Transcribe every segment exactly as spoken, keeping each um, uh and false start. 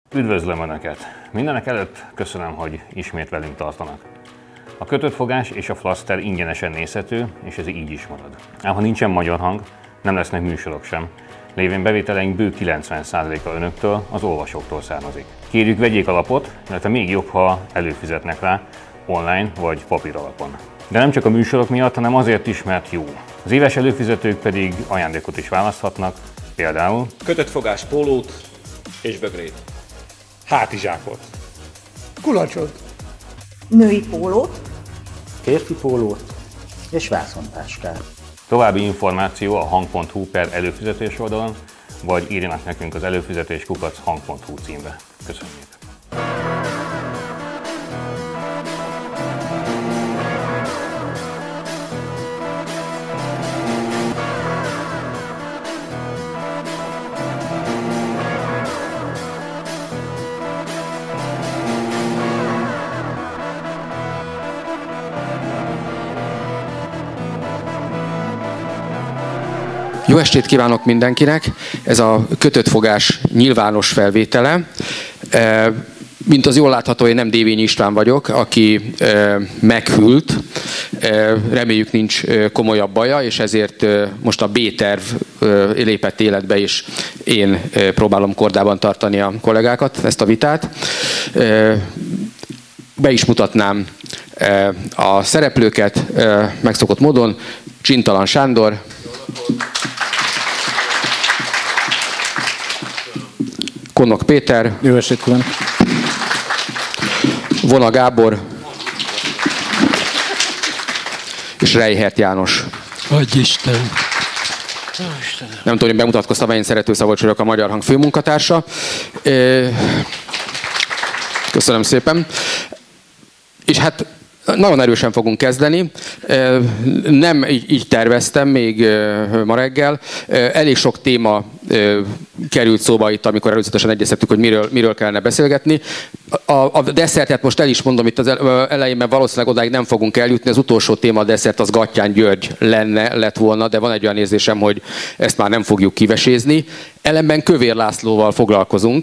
Üdvözlöm Önöket! Mindenek előtt köszönöm, hogy ismét velünk tartanak. A kötött fogás és a flaszter ingyenesen nézhető, és ez így is marad. Ám ha nincsen magyar hang, nem lesznek műsorok sem. Lévén bevételeink bő kilencven százaléka Önöktől, az olvasóktól származik. Kérjük, vegyék a lapot, illetve még jobb, ha előfizetnek rá, online vagy papír alapon. De nem csak a műsorok miatt, hanem azért is, mert jó. Az éves előfizetők pedig ajándékot is választhatnak, például kötött fogás pólót és bögrét, hátizsákot, kulacsot, női pólót, férfi pólót és vászontáskát. További információ a hang pont hu per előfizetés oldalon, vagy írjanak nekünk az előfizetés kukac hang pont hu címbe. Köszönjük! Jó estét kívánok mindenkinek! Ez a kötött fogás nyilvános felvétele. Mint az jól látható, én nem Dévényi István vagyok, aki meghűlt. Reméljük nincs komolyabb baja, és ezért most a B-terv lépett életbe, és én próbálom kordában tartani a kollégákat, ezt a vitát. Be is mutatnám a szereplőket megszokott módon. Csintalan Sándor, Konok Péter, Jó estét kívánok! Vona Gábor és Reihert János. Adj Isten! Nem tudom, hogy bemutatkoztam, én Szerető Szabolcs vagyok, a Magyar Hang főmunkatársa. Köszönöm szépen. És hát nagyon erősen fogunk kezdeni. Nem így, így terveztem még ma reggel. Elég sok téma került szóba itt, amikor előzetesen egyeztettük, hogy miről, miről kellene beszélgetni. A, a desszertet most el is mondom itt az elején, mert valószínűleg odáig nem fogunk eljutni. Az utolsó téma a desszert az Gattyán György lenne, lett volna, de van egy olyan érzésem, hogy ezt már nem fogjuk kivesézni. Ellenben Kövér Lászlóval foglalkozunk.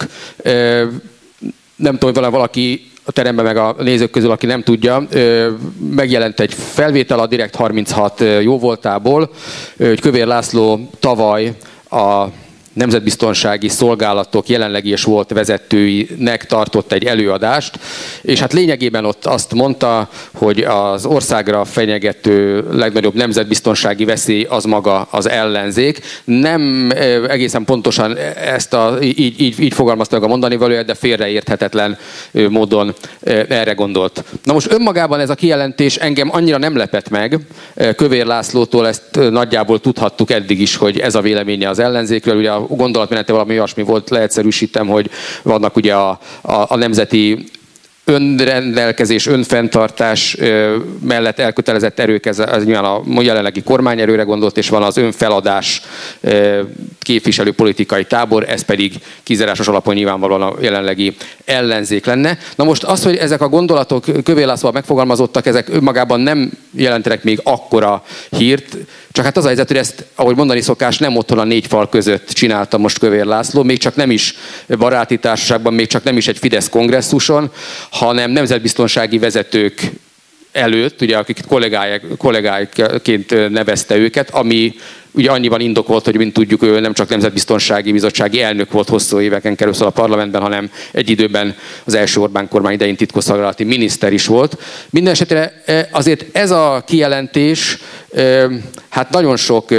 Nem tudom, hogy valaki a teremben meg a nézők közül, aki nem tudja, megjelent egy felvétel a Direkt harminchat jóvoltából, hogy Kövér László tavaly a nemzetbiztonsági szolgálatok jelenlegi és volt vezetőinek tartott egy előadást, és hát lényegében ott azt mondta, hogy az országra fenyegető legnagyobb nemzetbiztonsági veszély az maga az ellenzék. Nem egészen pontosan ezt a, így, így, így fogalmazta meg a mondani valóját, de félreérthetetlen módon erre gondolt. Na most önmagában ez a kijelentés engem annyira nem lepett meg. Kövér Lászlótól ezt nagyjából tudhattuk eddig is, hogy ez a véleménye az ellenzékről. Ugye a gondolatmenete valami olyasmi volt, leegyszerűsítem, hogy vannak ugye a, a, a nemzeti önrendelkezés, önfenntartás mellett elkötelezett erők, ez, ez nyilván a jelenlegi kormányerőre gondolt, és van az önfeladás képviselő politikai tábor, ez pedig kizárásos alapon nyilvánvalóan a jelenlegi ellenzék lenne. Na most az, hogy ezek a gondolatok Kövér Lászlóval megfogalmazottak, ezek önmagában nem jelentenek még akkora hírt, csak hát az a helyzet, hogy ezt, ahogy mondani szokás, nem otthon a négy fal között csinálta most Kövér László, még csak nem is baráti társaságban, még csak nem is egy Fidesz kongresszuson, hanem nemzetbiztonsági vezetők előtt, ugye, akik kollégáiként nevezte őket, ami ugye annyiban indokolt, hogy mint tudjuk, ő nem csak nemzetbiztonsági bizottsági elnök volt hosszú éveken keresztül a parlamentben, hanem egy időben az első Orbán kormány idején titkosszolgálati miniszter is volt. Minden esetre azért ez a kijelentés hát nagyon sok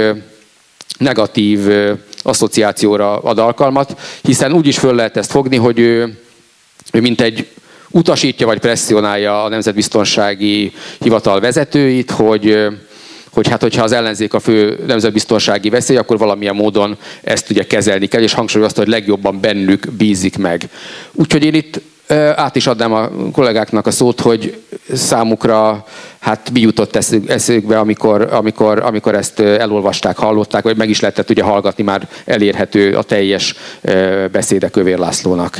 negatív asszociációra ad alkalmat, hiszen úgy is föl lehet ezt fogni, hogy ő, ő mint egy utasítja vagy presszionálja a Nemzetbiztonsági Hivatal vezetőit, hogy, hogy hát, hogyha az ellenzék a fő nemzetbiztonsági veszély, akkor valamilyen módon ezt ugye kezelni kell, és hangsúlyozta, hogy legjobban bennük bízik meg. Úgyhogy én itt át is adnám a kollégáknak a szót, hogy számukra hát mi jutott eszükbe, amikor, amikor, amikor ezt elolvasták, hallották, vagy meg is lehetett ugye hallgatni, már elérhető a teljes beszéde Kövér Lászlónak.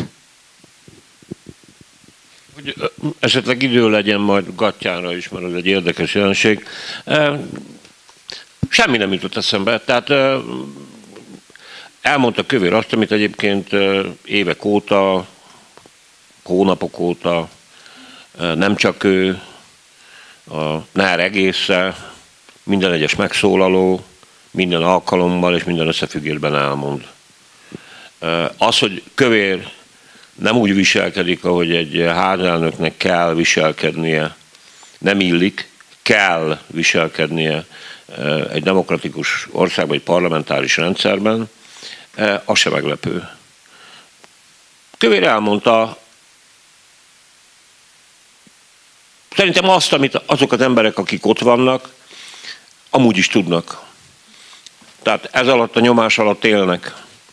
Hogy esetleg idő legyen majd Gattyánra is, mert ez egy érdekes jelenség. Semmi nem jutott eszembe. Tehát elmondta Kövér azt, amit egyébként évek óta hónapok óta nem csak ő, a NER egészen, minden egyes megszólaló, minden alkalommal és minden összefüggésben elmond. Az, hogy Kövér nem úgy viselkedik, ahogy egy házelnöknek kell viselkednie, nem illik, kell viselkednie egy demokratikus országban, egy parlamentáris rendszerben, az sem meglepő. Kövér elmondta, szerintem azt, amit azok az emberek, akik ott vannak, amúgy is tudnak. Tehát ez alatt a nyomás alatt élnek.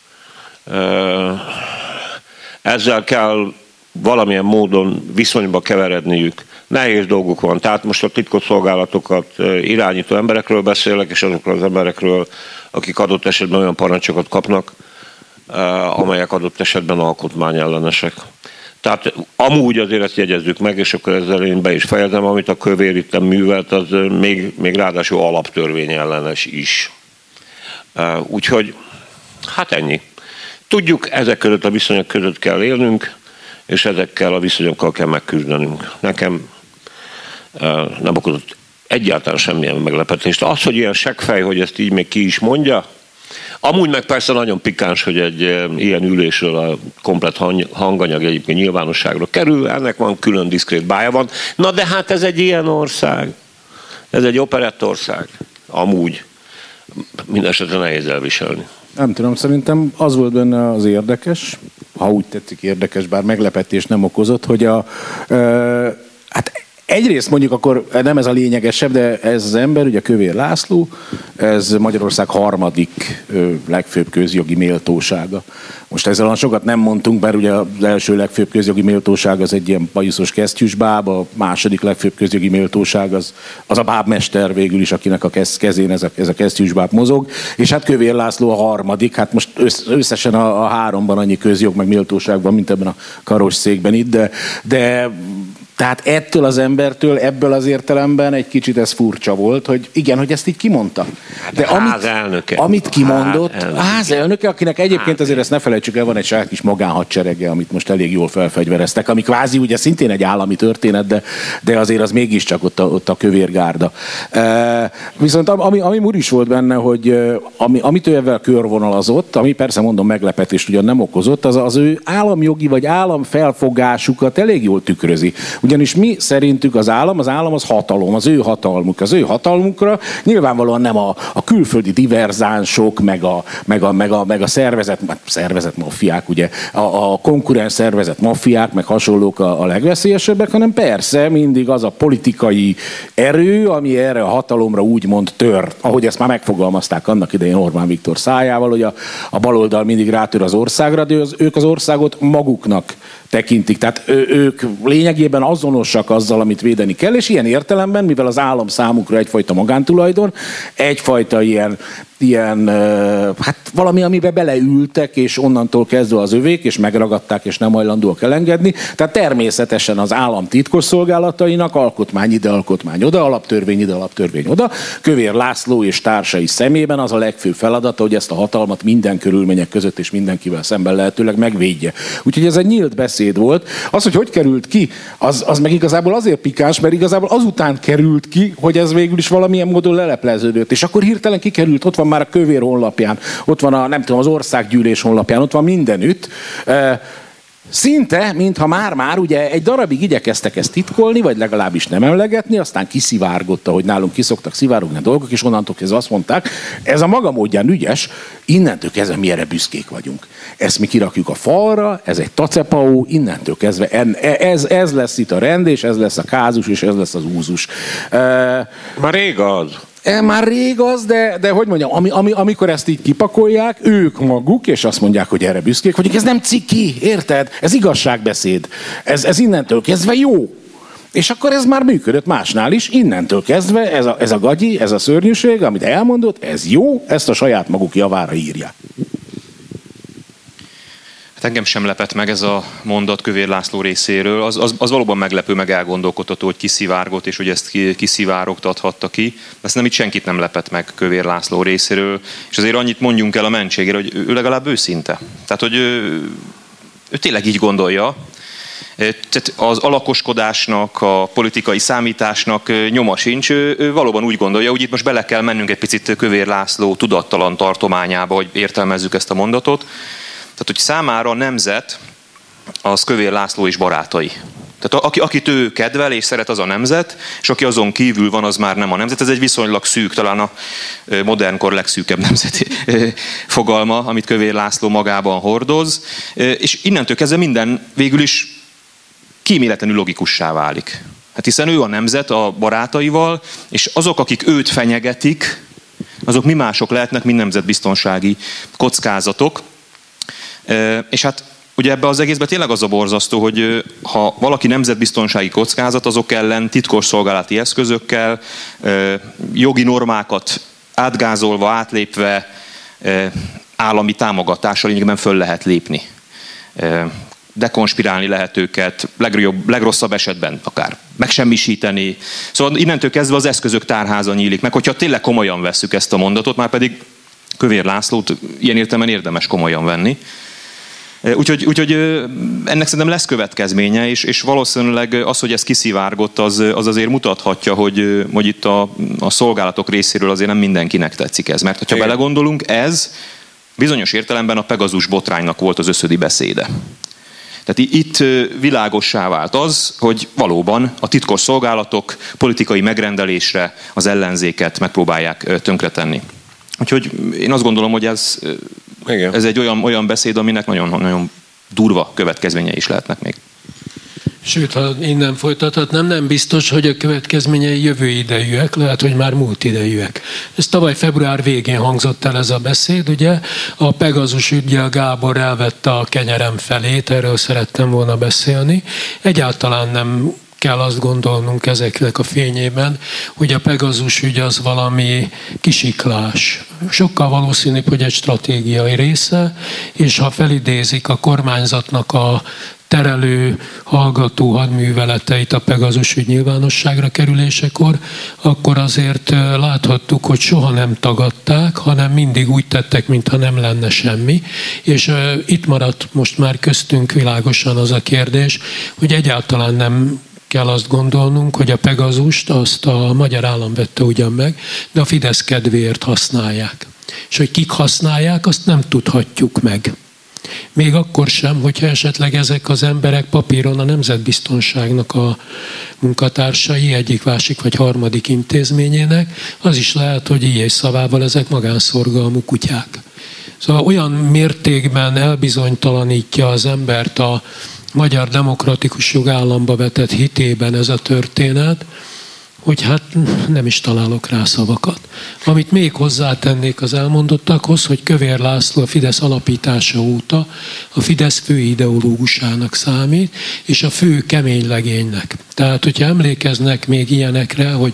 Ezzel kell valamilyen módon viszonyba keveredniük. Nehéz dolguk van. Tehát most a titkosszolgálatokat irányító emberekről beszélek, és azokról az emberekről, akik adott esetben olyan parancsokat kapnak, amelyek adott esetben alkotmányellenesek. Tehát amúgy azért ezt jegyezzük meg, és akkor ezzel én be is fejezem, amit a Kövér itt művelt, az még, még ráadásul alaptörvény ellenes is. Úgyhogy, hát ennyi. Tudjuk, ezek között a viszonyok között kell élnünk, és ezekkel a viszonyokkal kell megküzdenünk. Nekem nem okozott egyáltalán semmilyen meglepetést. Az, hogy ilyen seggfej, hogy ezt így még ki is mondja, amúgy meg persze nagyon pikáns, hogy egy ilyen ülésről a komplett hanganyag egyébként nyilvánosságra kerül, ennek van külön diszkrét bája van. Na de hát ez egy ilyen ország, ez egy operettország, amúgy mindenesetre nehéz elviselni. Nem tudom, szerintem az volt benne az érdekes, ha úgy tetszik érdekes, bár meglepetés nem okozott, hogy a, ö, hát egyrészt mondjuk akkor nem ez a lényegesebb, de ez az ember, ugye Kövér László, ez Magyarország harmadik ö, legfőbb közjogi méltósága. Most ezzel sokat nem mondtunk, mert ugye az első legfőbb közjogi méltóság az egy ilyen bajuszos kesztyűsbáb, a második legfőbb közjogi méltóság az, az a bábmester végül is, akinek a kez, kezén ez a, ez a kesztyűsbáb mozog, és hát Kövér László a harmadik, hát most összesen a, a háromban annyi közjog meg méltóság van, mint ebben a karosszékben itt, de, de tehát ettől az embertől, ebből az értelemben egy kicsit ez furcsa volt, hogy igen, hogy ezt így kimondta. De a amit, házelnöke. amit kimondott, házelnöke. a házelnöke, akinek egyébként azért ezt ne felejtsük el, van egy saját kis magánhadserege, amit most elég jól felfegyvereztek, ami kvázi ugye szintén egy állami történet, de, de azért az mégiscsak ott a, ott a kövérgárda. E, viszont ami, ami muris volt benne, hogy ami, amit ő ebben körvonalazott, ami persze mondom meglepetést ugyan nem okozott, az az ő államjogi vagy államfelfogásukat elég jól tükrözi. Ugyanis mi szerintük az állam, az állam az hatalom, az ő hatalmuk, az ő hatalmukra nyilvánvalóan nem a, a külföldi diverzánsok, meg a, meg a, meg a, meg a szervezet, szervezet maffiák, ugye, a, a konkurens szervezet maffiák, meg hasonlók a, a legveszélyesebbek, hanem persze mindig az a politikai erő, ami erre a hatalomra úgymond tör, ahogy ezt már megfogalmazták annak idején Orbán Viktor szájával, hogy a, a baloldal mindig rátör az országra, de az, ők az országot maguknak tekintik. Tehát ő, ők lényegében azonosak azzal, amit védeni kell, és ilyen értelemben, mivel az állam számukra egyfajta magántulajdon, egyfajta ilyen, ilyen hát valami, amiben beleültek, és onnantól kezdve az övék, és megragadták, és nem hajlandóak elengedni. Tehát természetesen az állam titkosszolgálatainak alkotmány ide, alkotmány oda, alaptörvény ide, alaptörvény oda. Kövér László és társai szemében az a legfőbb feladata, hogy ezt a hatalmat minden körülmények között és mindenkivel szemben lehetőleg megvédje. Úgyhogy ez egy nyílt beszéd volt. Az, hogy hogy került ki, az, az meg igazából azért pikáns, mert igazából azután került ki, hogy ez végül is valamilyen módon lelepleződött. És akkor hirtelen kikerült, ott van már a Kövér honlapján, ott van a, nem tudom, az országgyűlés honlapján, ott van mindenütt. Szinte, mintha már-már ugye egy darabig igyekeztek ezt titkolni, vagy legalábbis nem emlegetni, aztán kiszivárgott, ahogy nálunk kiszoktak szivárogni a dolgok, és onnantól kezdve azt mondták, ez a maga módján ügyes, innentől kezdve mi erre büszkék vagyunk. Ezt mi kirakjuk a falra, ez egy tacepaó, innentől kezdve ez, ez lesz itt a rend, és ez lesz a kázus, és ez lesz az úzus. Már rég az. Már rég az, de, de hogy mondjam, ami, ami, amikor ezt így kipakolják, ők maguk, és azt mondják, hogy erre büszkék vagyunk, ez nem ciki, érted? Ez igazságbeszéd. Ez, ez innentől kezdve jó. És akkor ez már működött másnál is, innentől kezdve ez a, ez a gagyi, ez a szörnyűség, amit elmondott, ez jó, ezt a saját maguk javára írják. Hát engem sem lepett meg ez a mondat Kövér László részéről. Az, az, az valóban meglepő, meg elgondolkodtató, hogy kiszivárgott, és hogy ezt kiszivárogtathatta ki. Ezt nem itt senkit nem lepett meg Kövér László részéről. És azért annyit mondjunk el a mentségére, hogy ő legalább őszinte. Tehát, hogy ő, ő tényleg így gondolja. Tehát az alakoskodásnak, a politikai számításnak nyoma sincs. Ő valóban úgy gondolja, hogy itt most bele kell mennünk egy picit Kövér László tudattalan tartományába, hogy értelmezzük ezt a mondatot. Tehát, hogy számára a nemzet az Kövér László és barátai. Tehát aki, akit ő kedvel és szeret, az a nemzet, és aki azon kívül van, az már nem a nemzet. Ez egy viszonylag szűk, talán a modernkor legszűkebb nemzeti fogalma, amit Kövér László magában hordoz. És innentől kezdve minden végül is kíméletlenül logikussá válik. Hát hiszen ő a nemzet a barátaival, és azok, akik őt fenyegetik, azok mi mások lehetnek, mint nemzetbiztonsági kockázatok. És hát ugye ebbe az egészben tényleg az a borzasztó, hogy ha valaki nemzetbiztonsági kockázat, azok ellen titkosszolgálati eszközökkel, jogi normákat átgázolva, átlépve, állami támogatással lényegében föl lehet lépni. Dekonspirálni lehet őket, legjobb, legrosszabb esetben akár megsemmisíteni. Szóval innentől kezdve az eszközök tárháza nyílik meg, hogyha tényleg komolyan vesszük ezt a mondatot, már pedig Kövér Lászlót ilyen értelemben érdemes komolyan venni. Úgyhogy, úgyhogy ennek szerintem lesz következménye, és, és valószínűleg az, hogy ez kiszivárgott, az, az azért mutathatja, hogy, hogy itt a, a szolgálatok részéről azért nem mindenkinek tetszik ez. Mert ha belegondolunk, ez bizonyos értelemben a Pegazus botránynak volt az összödi beszéde. Tehát itt világossá vált az, hogy valóban a titkos szolgálatok politikai megrendelésre az ellenzéket megpróbálják tönkretenni. Úgyhogy én azt gondolom, hogy ez, ez egy olyan, olyan beszéd, aminek nagyon, nagyon durva következményei is lehetnek még. Sőt, ha innen folytathatnám, nem biztos, hogy a következményei jövő idejűek, lehet, hogy már múlt idejűek. Ez tavaly február végén hangzott el ez a beszéd, ugye a Pegazus üggyel Gábor elvette a kenyerem felét, erről szerettem volna beszélni. Egyáltalán nem kell azt gondolnunk ezeknek a fényében, hogy a Pegazus ügy az valami kisiklás. Sokkal valószínűbb, hogy egy stratégiai része, és ha felidézik a kormányzatnak a terelő, hallgató hadműveleteit a Pegazus ügy nyilvánosságra kerülésekor, akkor azért láthattuk, hogy soha nem tagadták, hanem mindig úgy tettek, mintha nem lenne semmi. És uh, itt maradt most már köztünk világosan az a kérdés, hogy egyáltalán nem kell azt gondolnunk, hogy a Pegazust azt a magyar állam vette ugyan meg, de a Fidesz kedvéért használják. És hogy kik használják, azt nem tudhatjuk meg. Még akkor sem, hogyha esetleg ezek az emberek papíron a nemzetbiztonságnak a munkatársai, egyik, másik vagy harmadik intézményének, az is lehet, hogy így és szavával ezek magánszorgalmú kutyák. Szóval olyan mértékben elbizonytalanítja az embert a magyar demokratikus jogállamba vetett hitében ez a történet, hogy hát nem is találok rá szavakat. Amit még hozzátennék az elmondottakhoz, hogy Kövér László a Fidesz alapítása óta a Fidesz fő ideológusának számít, és a fő keménylegénynek. Tehát, hogyha emlékeznek még ilyenekre, hogy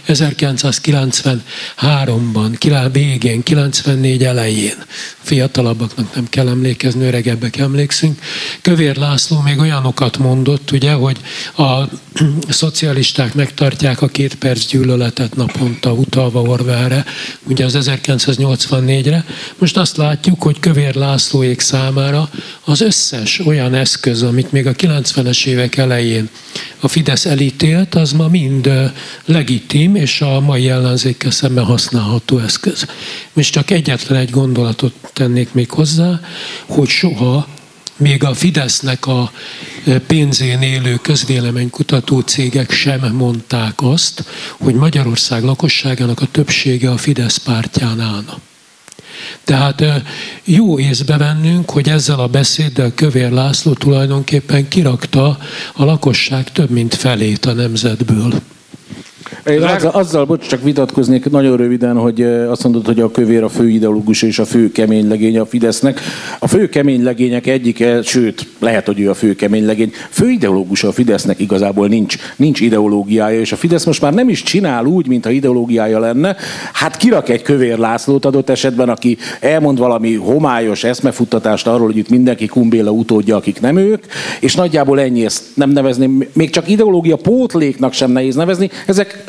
ezerkilencszázkilencvenháromban, végén, kilencvennégy elején, fiatalabbaknak nem kell emlékezni, öregebbek emlékszünk, Kövér László még olyanokat mondott, ugye, hogy a szocialisták megtartják a két perc gyűlöletet naponta, utalva Orwellre, ugye az ezerkilencszáznyolcvannégyre. Most azt látjuk, hogy Kövér Lászlóék számára az összes olyan eszköz, amit még a kilencvenes évek elején a Fidesz elítélt, az ma mind legitim, és a mai ellenzékkel szemben használható eszköz. Most csak egyetlen egy gondolatot tennék még hozzá, hogy soha még a Fidesznek a pénzén élő közvéleménykutató cégek sem mondták azt, hogy Magyarország lakosságának a többsége a Fidesz pártján állna. Tehát jó észbe vennünk, hogy ezzel a beszéddel Kövér László tulajdonképpen kirakta a lakosság több mint felét a nemzetből. Én azzal, azzal bocs, csak vitatkoznék nagyon röviden, hogy azt mondod, hogy a Kövér a fő ideológus és a fő kemény legény a Fidesznek. A fő kemény legények egyike, sőt, lehet, hogy ő a fő kemény legény. Fő ideológus a Fidesznek igazából nincs, nincs ideológiája, és a Fidesz most már nem is csinál úgy, mintha ideológiája lenne. Hát kirak egy Kövér Lászlót adott esetben, aki elmond valami homályos eszmefuttatást arról, hogy itt mindenki Kumbéla utódja, akik nem ők, és nagyjából ennyi, ezt nem nevezném, még csak ideológia pótléknak sem nehéz nevezni. Ezek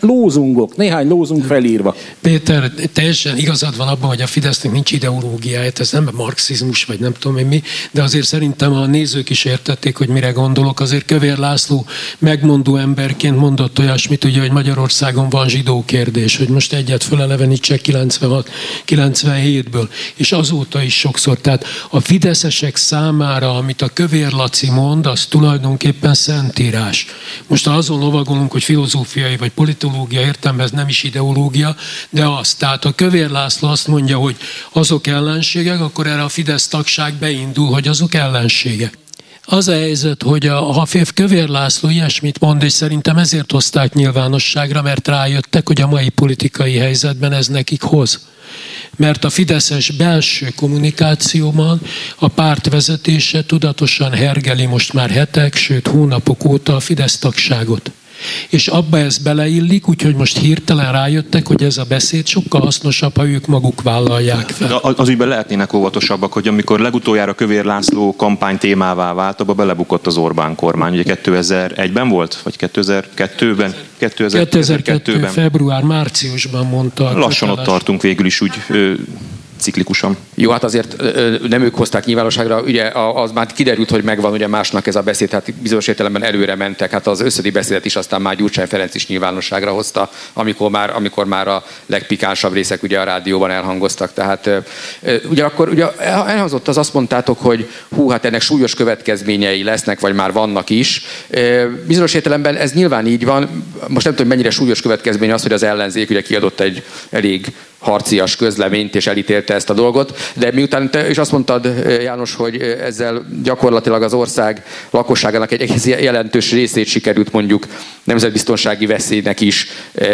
lózungok, néhány lózung felírva. Péter, teljesen igazad van abban, hogy a Fidesznek nincs ideológiája, ez nem marxizmus, vagy nem tudom én mi, de azért szerintem a nézők is értették, hogy mire gondolok. Azért Kövér László megmondó emberként mondott olyasmit, ugye, hogy Magyarországon van zsidó kérdés, hogy most egyet fölelevenítsek kilencvenhat kilencvenhétből, és azóta is sokszor. Tehát a fideszesek számára, amit a Kövér Laci mond, az tulajdonképpen szentírás. Most azon lovagolunk, hogy filozófiai vagy politológia értelemben ez nem is ideológia, de az. Tehát a Kövér László azt mondja, hogy azok ellenségek, akkor erre a Fidesz tagság beindul, hogy azok ellenségek. Az a helyzet, hogy a, ha Kövér László ilyesmit mond, és szerintem ezért hozták nyilvánosságra, mert rájöttek, hogy a mai politikai helyzetben ez nekik hoz. Mert a fideszes belső kommunikációban a párt vezetése tudatosan hergeli most már hetek, sőt hónapok óta a Fidesz tagságot. És abba ez beleillik, úgyhogy most hirtelen rájöttek, hogy ez a beszéd sokkal hasznosabb, ha ők maguk vállalják fel. De az ügyben lehetnének óvatosabbak, hogy amikor legutoljára Kövér László kampány témává vált, abba belebukott az Orbán kormány. Ugye kétezer-egyben volt? Vagy kétezer-kettőben? kétezer-kettő február-márciusban mondta. Lassan ott tartunk végül is úgy ö, ciklikusan. Jó, hát azért nem ők hozták nyilvánosságra, ugye az már kiderült, hogy megvan ugye másnak ez a beszéd, hát bizonyos értelemben előre mentek, hát az összödi beszédet is aztán már Gyurcsány Ferenc is nyilvánosságra hozta, amikor már, amikor már a legpikánsabb részek ugye a rádióban elhangoztak, tehát ugye akkor ugye elhangzott az, azt mondtátok, hogy hú, hát ennek súlyos következményei lesznek, vagy már vannak is. Bizonyos értelemben ez nyilván így van, most nem tudom, mennyire súlyos következmény az, hogy az ellenzék ugye kiadott egy elég harcias közleményt, és elítélte ezt a dolgot, de miután te is azt mondtad, János, hogy ezzel gyakorlatilag az ország lakosságának egy egész jelentős részét sikerült mondjuk nemzetbiztonsági veszélynek is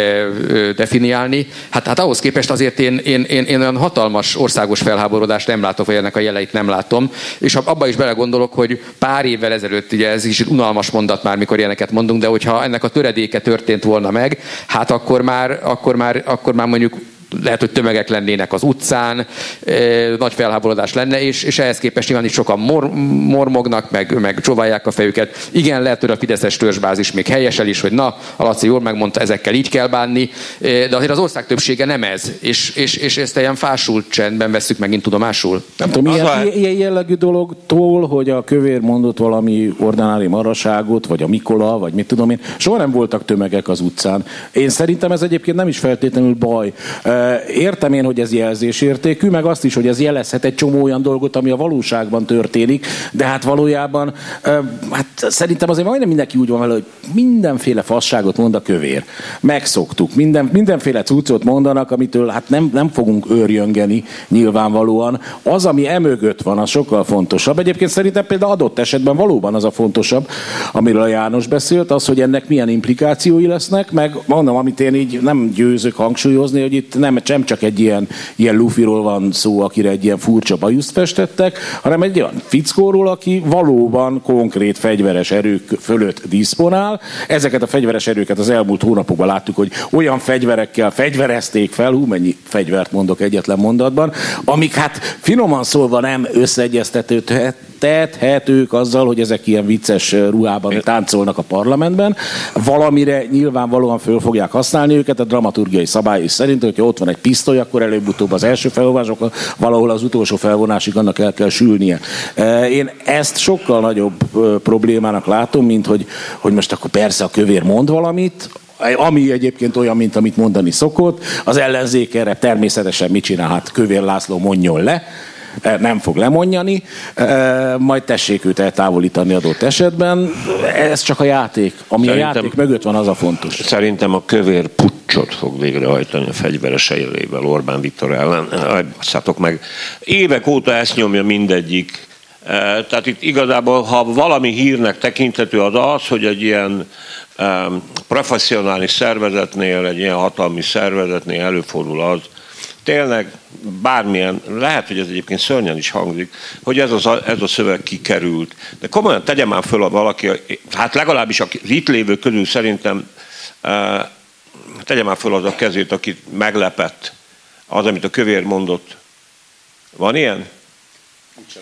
definiálni, hát, hát ahhoz képest azért én, én, én, én olyan hatalmas országos felháborodást nem látok, vagy ennek a jeleit nem látom, és abba is belegondolok, hogy pár évvel ezelőtt, ugye ez is unalmas mondat már, mikor ilyeneket mondunk, de hogyha ennek a töredéke történt volna meg, hát akkor már, akkor már, akkor már mondjuk lehet, hogy tömegek lennének az utcán, nagy felháborodás lenne, és, és ehhez képest nyilván is sokan mor, mormognak, meg, meg csóválják a fejüket. Igen, lehet, hogy a fideszes törzsbázis még helyesel is, hogy na, a Laci jól megmondta, ezekkel így kell bánni, de azért az ország többsége nem ez, és, és, és ezt ilyen fásult csendben vesszük megint tudomásul. Nem tudom, ilyen, a... ilyen jellegű dologtól, hogy a Kövér mondott valami ordinári maraságot, vagy a Mikola, vagy mit tudom én, soha nem voltak tömegek az utcán. Én szerintem ez egyébként nem is feltétlenül baj. Értem én, hogy ez jelzésértékű, meg azt is, hogy ez jelezhet egy csomó olyan dolgot, ami a valóságban történik, de hát valójában hát szerintem azért majdnem mindenki úgy van vele, hogy mindenféle fasságot mond a Kövér. Megszoktuk. Minden, mindenféle cuccot mondanak, amitől hát nem, nem fogunk őrjöngeni nyilvánvalóan. Az, ami emögött van, az sokkal fontosabb. Egyébként szerintem például adott esetben valóban az a fontosabb, amiről a János beszélt, az, hogy ennek milyen implikációi lesznek, meg mondom, amit én így nem győzök hangsúlyozni, hogy itt nem nem csak egy ilyen, ilyen lufiról van szó, akire egy ilyen furcsa bajuszt festettek, hanem egy olyan fickóról, aki valóban konkrét fegyveres erők fölött diszponál. Ezeket a fegyveres erőket az elmúlt hónapokban láttuk, hogy olyan fegyverekkel fegyverezték fel, hú, mennyi fegyvert mondok egyetlen mondatban, amik hát finoman szólva nem összeegyeztethetők azzal, hogy ezek ilyen vicces ruhában táncolnak a parlamentben. Valamire nyilvánvalóan föl fogják használni őket a dramaturgiai szabály szerint, hogyha ott van egy pisztoly, akkor előbb-utóbb az első felvonások, valahol az utolsó felvonásig annak el kell sülnie. Én ezt sokkal nagyobb problémának látom, mint hogy, hogy most akkor persze a Kövér mond valamit, ami egyébként olyan, mint amit mondani szokott. Az ellenzék erre természetesen mit csinál? Hát Kövér László mondjon le, nem fog lemondjani, majd tessék őt eltávolítani adott esetben. Ez csak a játék. Ami szerintem, a játék mögött van, az a fontos. Szerintem a Kövér puccsot fog végrehajtani a fegyveres erővel Orbán Viktor ellen. Basszátok meg. Évek óta ezt nyomja mindegyik. Tehát itt igazából, ha valami hírnek tekinthető, az az, hogy egy ilyen professzionális szervezetnél, egy ilyen hatalmi szervezetnél előfordul az, tényleg bármilyen, lehet, hogy ez egyébként szörnyen is hangzik, hogy ez, az a, ez a szöveg kikerült. De komolyan tegye már föl a valaki, hát legalábbis az itt lévő közül szerintem uh, tegye már föl az a kezét, akit meglepett az, amit a Kövér mondott. Van ilyen? Úgyse látok.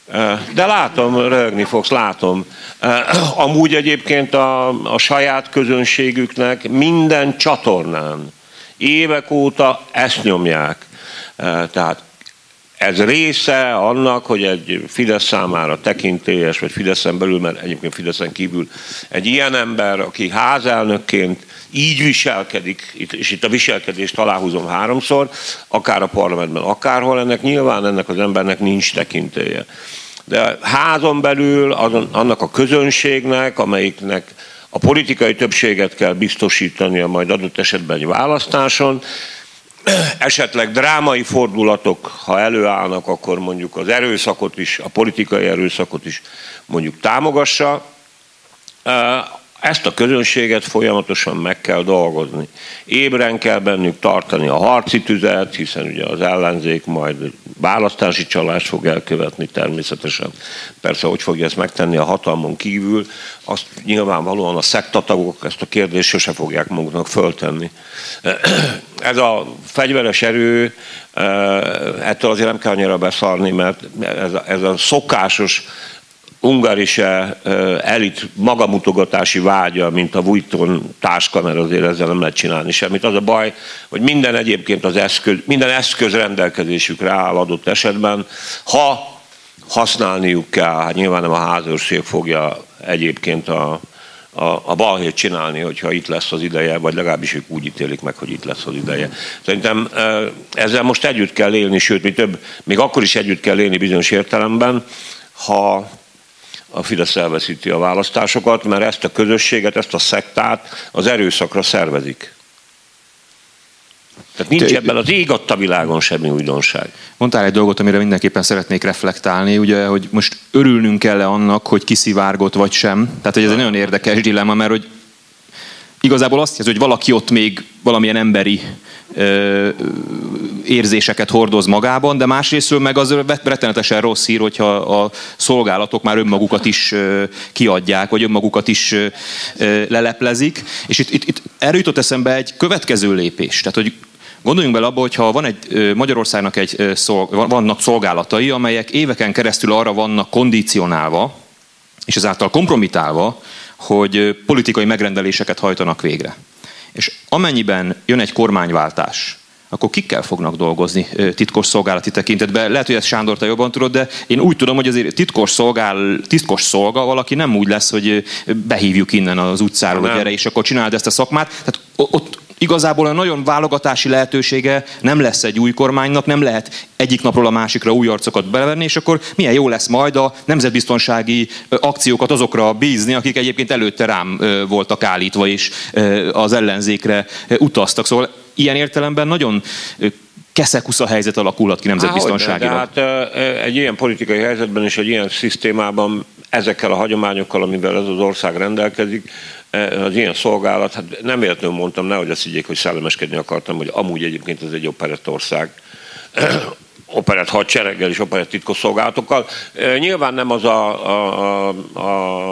De látom, röhögni fogsz, látom. Amúgy egyébként a, a saját közönségüknek minden csatornán évek óta ezt nyomják. Tehát ez része annak, hogy egy Fidesz számára tekintélyes, vagy Fideszen belül, mert egyébként Fideszen kívül egy ilyen ember, aki házelnökként így viselkedik, és itt a viselkedést aláhúzom háromszor, akár a parlamentben, akárhol, ennek nyilván ennek az embernek nincs tekintélye. De házon belül azon, annak a közönségnek, amelyiknek a politikai többséget kell biztosítania majd adott esetben egy választáson, esetleg drámai fordulatok, ha előállnak, akkor mondjuk az erőszakot is, a politikai erőszakot is mondjuk támogassa. Ezt a közönséget folyamatosan meg kell dolgozni. Ébren kell bennük tartani a harci tüzet, hiszen ugye az ellenzék majd választási csalást fog elkövetni természetesen. Persze, hogy fogja ezt megtenni a hatalmon kívül, azt nyilvánvalóan a szektatagok ezt a kérdést sose fogják maguknak föltenni. Ez a fegyveres erő, ettől azért nem kell annyira beszarni, mert ez a, ez a szokásos ungarise elit magamutogatási vágya, mint a Vuitton táska, mert azért ezzel nem lehet csinálni semmit. Az a baj, hogy minden egyébként az eszköz, minden eszköz rendelkezésükre áll adott esetben, ha használniuk kell, hát nyilván nem a házőrség fogja egyébként a, a, a balhét csinálni, hogyha itt lesz az ideje, vagy legalábbis ők úgy ítélik meg, hogy itt lesz az ideje. Szerintem ezzel most együtt kell élni, sőt, mi több, még akkor is együtt kell élni bizonyos értelemben, ha a Fidesz elveszíti a választásokat, mert ezt a közösséget, ezt a szektát az erőszakra szervezik. Tehát nincs ebben az ég adta világon semmi újdonság. Mondtál egy dolgot, amire mindenképpen szeretnék reflektálni, ugye, hogy most örülnünk kell-e annak, hogy kiszivárgott vagy sem. Tehát, hogy ez egy nagyon érdekes dilemma, mert hogy igazából azt jelzi, hogy valaki ott még valamilyen emberi ö, érzéseket hordoz magában, de másrésztről meg az rettenetesen rossz hír, hogyha a szolgálatok már önmagukat is ö, kiadják, vagy önmagukat is ö, leleplezik. És itt, itt, itt erről jutott eszembe egy következő lépés. Tehát, hogy gondoljunk bele abba, hogyha van egy Magyarországnak egy szolg, vannak szolgálatai, amelyek éveken keresztül arra vannak kondicionálva, és ezáltal kompromitálva, hogy politikai megrendeléseket hajtanak végre. És amennyiben jön egy kormányváltás, akkor kikkel fognak dolgozni titkos szolgálati tekintetben? Lehet, hogy ezt Sándor, te jobban tudod, de én úgy tudom, hogy azért titkos, szolgál, titkos szolga valaki nem úgy lesz, hogy behívjuk innen az utcáról, hogy gyere, és akkor csináld ezt a szakmát. Tehát ott igazából a nagyon válogatási lehetősége nem lesz egy új kormánynak, nem lehet egyik napról a másikra új arcokat belevenni, és akkor milyen jó lesz majd a nemzetbiztonsági akciókat azokra bízni, akik egyébként előtte rám voltak állítva, és az ellenzékre utaztak. Szóval ilyen értelemben nagyon keszekusza helyzet alakulhat ki nemzetbiztonságilag. Hát, egy ilyen politikai helyzetben és egy ilyen szisztémában ezekkel a hagyományokkal, amivel ez az ország rendelkezik, az ilyen szolgálat, hát nem véletlenül mondtam, nehogy azt higgyék, hogy szellemeskedni akartam, hogy amúgy egyébként ez egy operett ország, operett hadsereggel és operett titkosszolgálatokkal. Nyilván nem az a, a, a,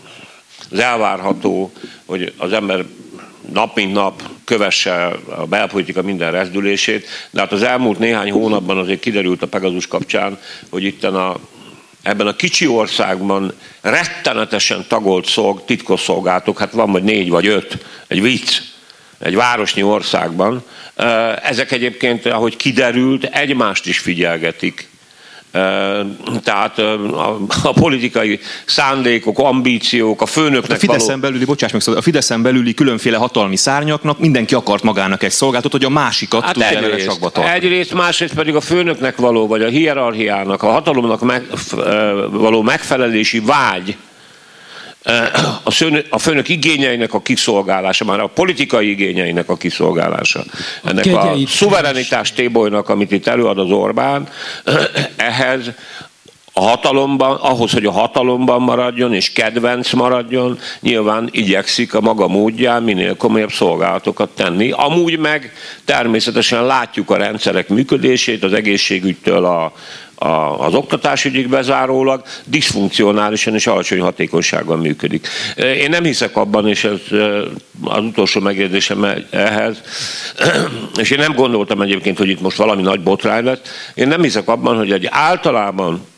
az elvárható, hogy az ember nap mint nap kövesse a belpolitika minden rezdülését, de hát az elmúlt néhány hónapban azért kiderült a Pegasus kapcsán, hogy itten a ebben a kicsi országban rettenetesen tagolt szolg, titkosszolgálatok, hát van vagy négy vagy öt, egy vicc, egy városnyi országban. Ezek egyébként, ahogy kiderült, egymást is figyelgetik. Tehát a, a politikai szándékok, ambíciók, a főnöknek a Fideszen való... belüli, bocsáss meg, a Fideszen belüli különféle hatalmi szárnyaknak mindenki akart magának egy szolgálatot, hogy a másikat hát tudja előre sakba tartani. Egyrészt, másrészt pedig a főnöknek való, vagy a hierarchiának, a hatalomnak meg, való megfelelési vágy, a főnök, a főnök igényeinek a kiszolgálása, már a politikai igényeinek a kiszolgálása. Ennek a, a szuverenitás tébolynak, amit itt előad az Orbán, ehhez a hatalomban, ahhoz, hogy a hatalomban maradjon és kedvenc maradjon, nyilván igyekszik a maga módján minél komolyabb szolgálatokat tenni. Amúgy meg természetesen látjuk a rendszerek működését, az egészségügytől a az oktatásügyig bezárólag diszfunkcionálisan és alacsony hatékonysággal működik. Én nem hiszek abban, és ez az utolsó megjegyzésem ehhez, és én nem gondoltam egyébként, hogy itt most valami nagy botrány lett, én nem hiszek abban, hogy egy általában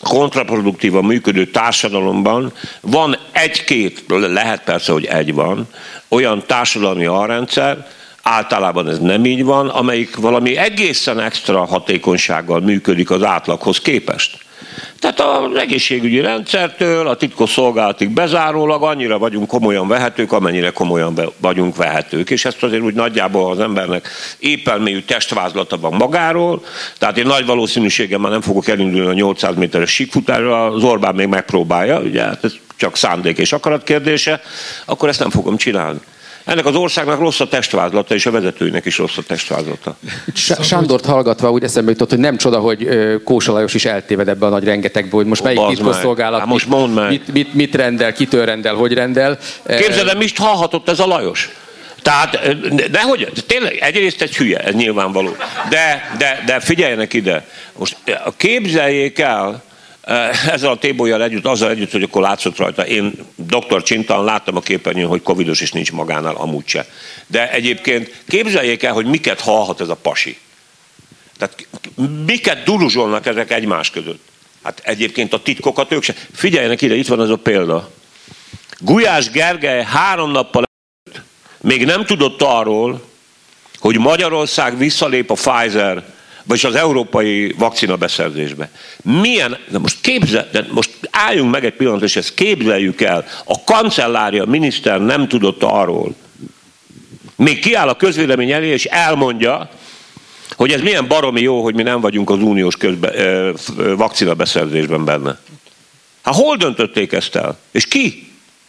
kontraproduktívan működő társadalomban van egy-két, lehet persze, hogy egy van, olyan társadalmi alrendszer, általában ez nem így van, amelyik valami egészen extra hatékonysággal működik az átlaghoz képest. Tehát az egészségügyi rendszertől a titkosszolgálatig bezárólag annyira vagyunk komolyan vehetők, amennyire komolyan be vagyunk vehetők. És ezt azért úgy nagyjából az embernek épelmélyű testvázlata van magáról, tehát én nagy valószínűséggel már nem fogok elindulni a nyolcszáz méteres síkfutásra, az Orbán még megpróbálja, ugye hát ez csak szándék és akarat kérdése, akkor ezt nem fogom csinálni. Ennek az országnak rossz a testvázlata, és a vezetőinek is rossz a testvázlata. Sándort hallgatva úgy eszembe jutott, hogy nem csoda, hogy Kósa Lajos is eltéved ebbe a nagy rengetegből, hogy most melyik titkosszolgálat, hát most mondd meg. Mit, mit, mit rendel, kitől rendel, hogy rendel. Képzeld el, mit hallhatott ez a Lajos? Tehát, dehogy, tényleg, egyrészt egy hülye, ez nyilvánvaló. De, de, de figyeljenek ide, most képzeljék el, ezzel a tébolyjal együtt, azzal együtt, hogy akkor látszott rajta. Én doktor Csintalan láttam a képernyőn, hogy covidos is nincs magánál, amúgy se. De egyébként képzeljék el, hogy miket hallhat ez a pasi. Tehát miket duruzsolnak ezek egymás között. Hát egyébként a titkokat ők se. Figyeljenek ide, itt van ez a példa. Gulyás Gergely három nappal előtt még nem tudott arról, hogy Magyarország visszalép a Pfizer vagyis az európai vakcina beszerzésbe. Milyen, de most képzel, de most álljunk meg egy pillanat, és ezt képzeljük el. A kancellária, a miniszter nem tudott arról. Még kiáll a közvélemény elé, és elmondja, hogy ez milyen baromi jó, hogy mi nem vagyunk az uniós közbe, ö, ö, vakcina beszerzésben benne. Hát hol döntötték ezt el? És ki?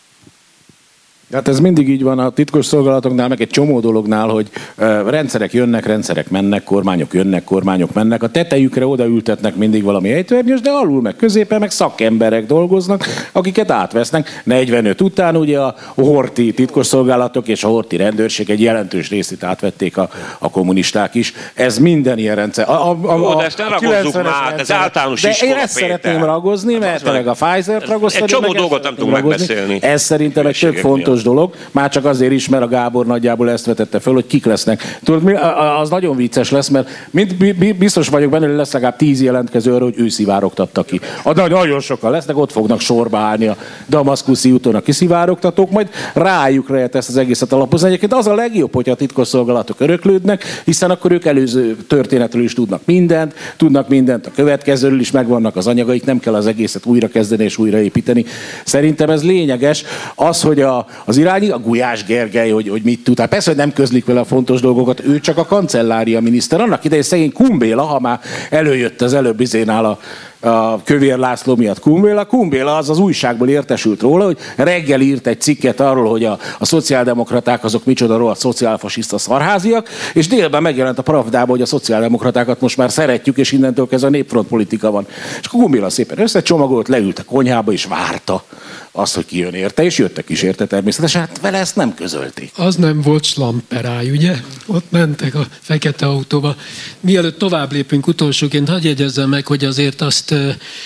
Hát ez mindig így van a titkosszolgálatoknál, meg egy csomó dolognál, hogy uh, rendszerek jönnek, rendszerek mennek, kormányok jönnek, kormányok mennek. A tetejükre odaültetnek mindig valami ejtőernyős, de alul meg középen meg szakemberek dolgoznak, akiket átvesznek. negyvenöt után ugye a horthy titkosszolgálatok és a horthy rendőrség egy jelentős részét átvették a, a kommunisták is. Ez minden ilyen rendszer. A, a, a, Jó, de ezt ne ragozzuk már, ez általános de iskola, én ezt Péter. szeretném ragozni, mert meg a Pfizer-t ragoztani. Egy csomó dolgot nem tudunk megbeszélni. Ez szerintem egy tök fontos dolog, már csak azért is, mert a Gábor nagyjából ezt vetette föl, hogy kik lesznek. Tudod, az nagyon vicces lesz, mert mind, biztos vagyok benne, hogy lesz legalább tíz jelentkező arra, hogy ő szivárogtatta ki. De nagyon sokan lesznek, ott fognak sorba állni a damaszkuszi úton a kiszivárogtatók, majd rájuk lehet ezt az egészet alapozni. Egyébként az a legjobb, hogyha a titkosszolgálatok öröklődnek, hiszen akkor ők előző történetről is tudnak mindent, tudnak mindent a következőről is, megvannak az anyagaik, nem kell az egészet újrakezdeni és újraépíteni. Szerintem ez lényeges. Az, hogy a, az irányi, a Gulyás Gergely, hogy, hogy mit tud. Hát persze, hogy nem közlik vele a fontos dolgokat, ő csak a kancellária miniszter. Annak idején szegény Kumbéla, ha már előjött az előbb izénál a a Kövér László miatt Kumbéla. Kumbéla az az újságból értesült róla, hogy reggel írt egy cikket arról, hogy a, a szociáldemokraták azok micsoda rohadt szociálfasiszta szarháziak, és délben megjelent a Pravdában, hogy a szociáldemokratákat most már szeretjük, és innentől kezdve a népfront politika van. És akkor Kumbéla szépen összecsomagolt, leült a konyhába, és várta azt, hogy kijön érte, és jöttek is érte természetesen, hát vele ezt nem közölték. Az nem volt slamperáj, ugye? Ott mentek a fekete autóba. Mielőtt tovább lépünk utolsóként, hadd jegyezzem meg, hogy azért azt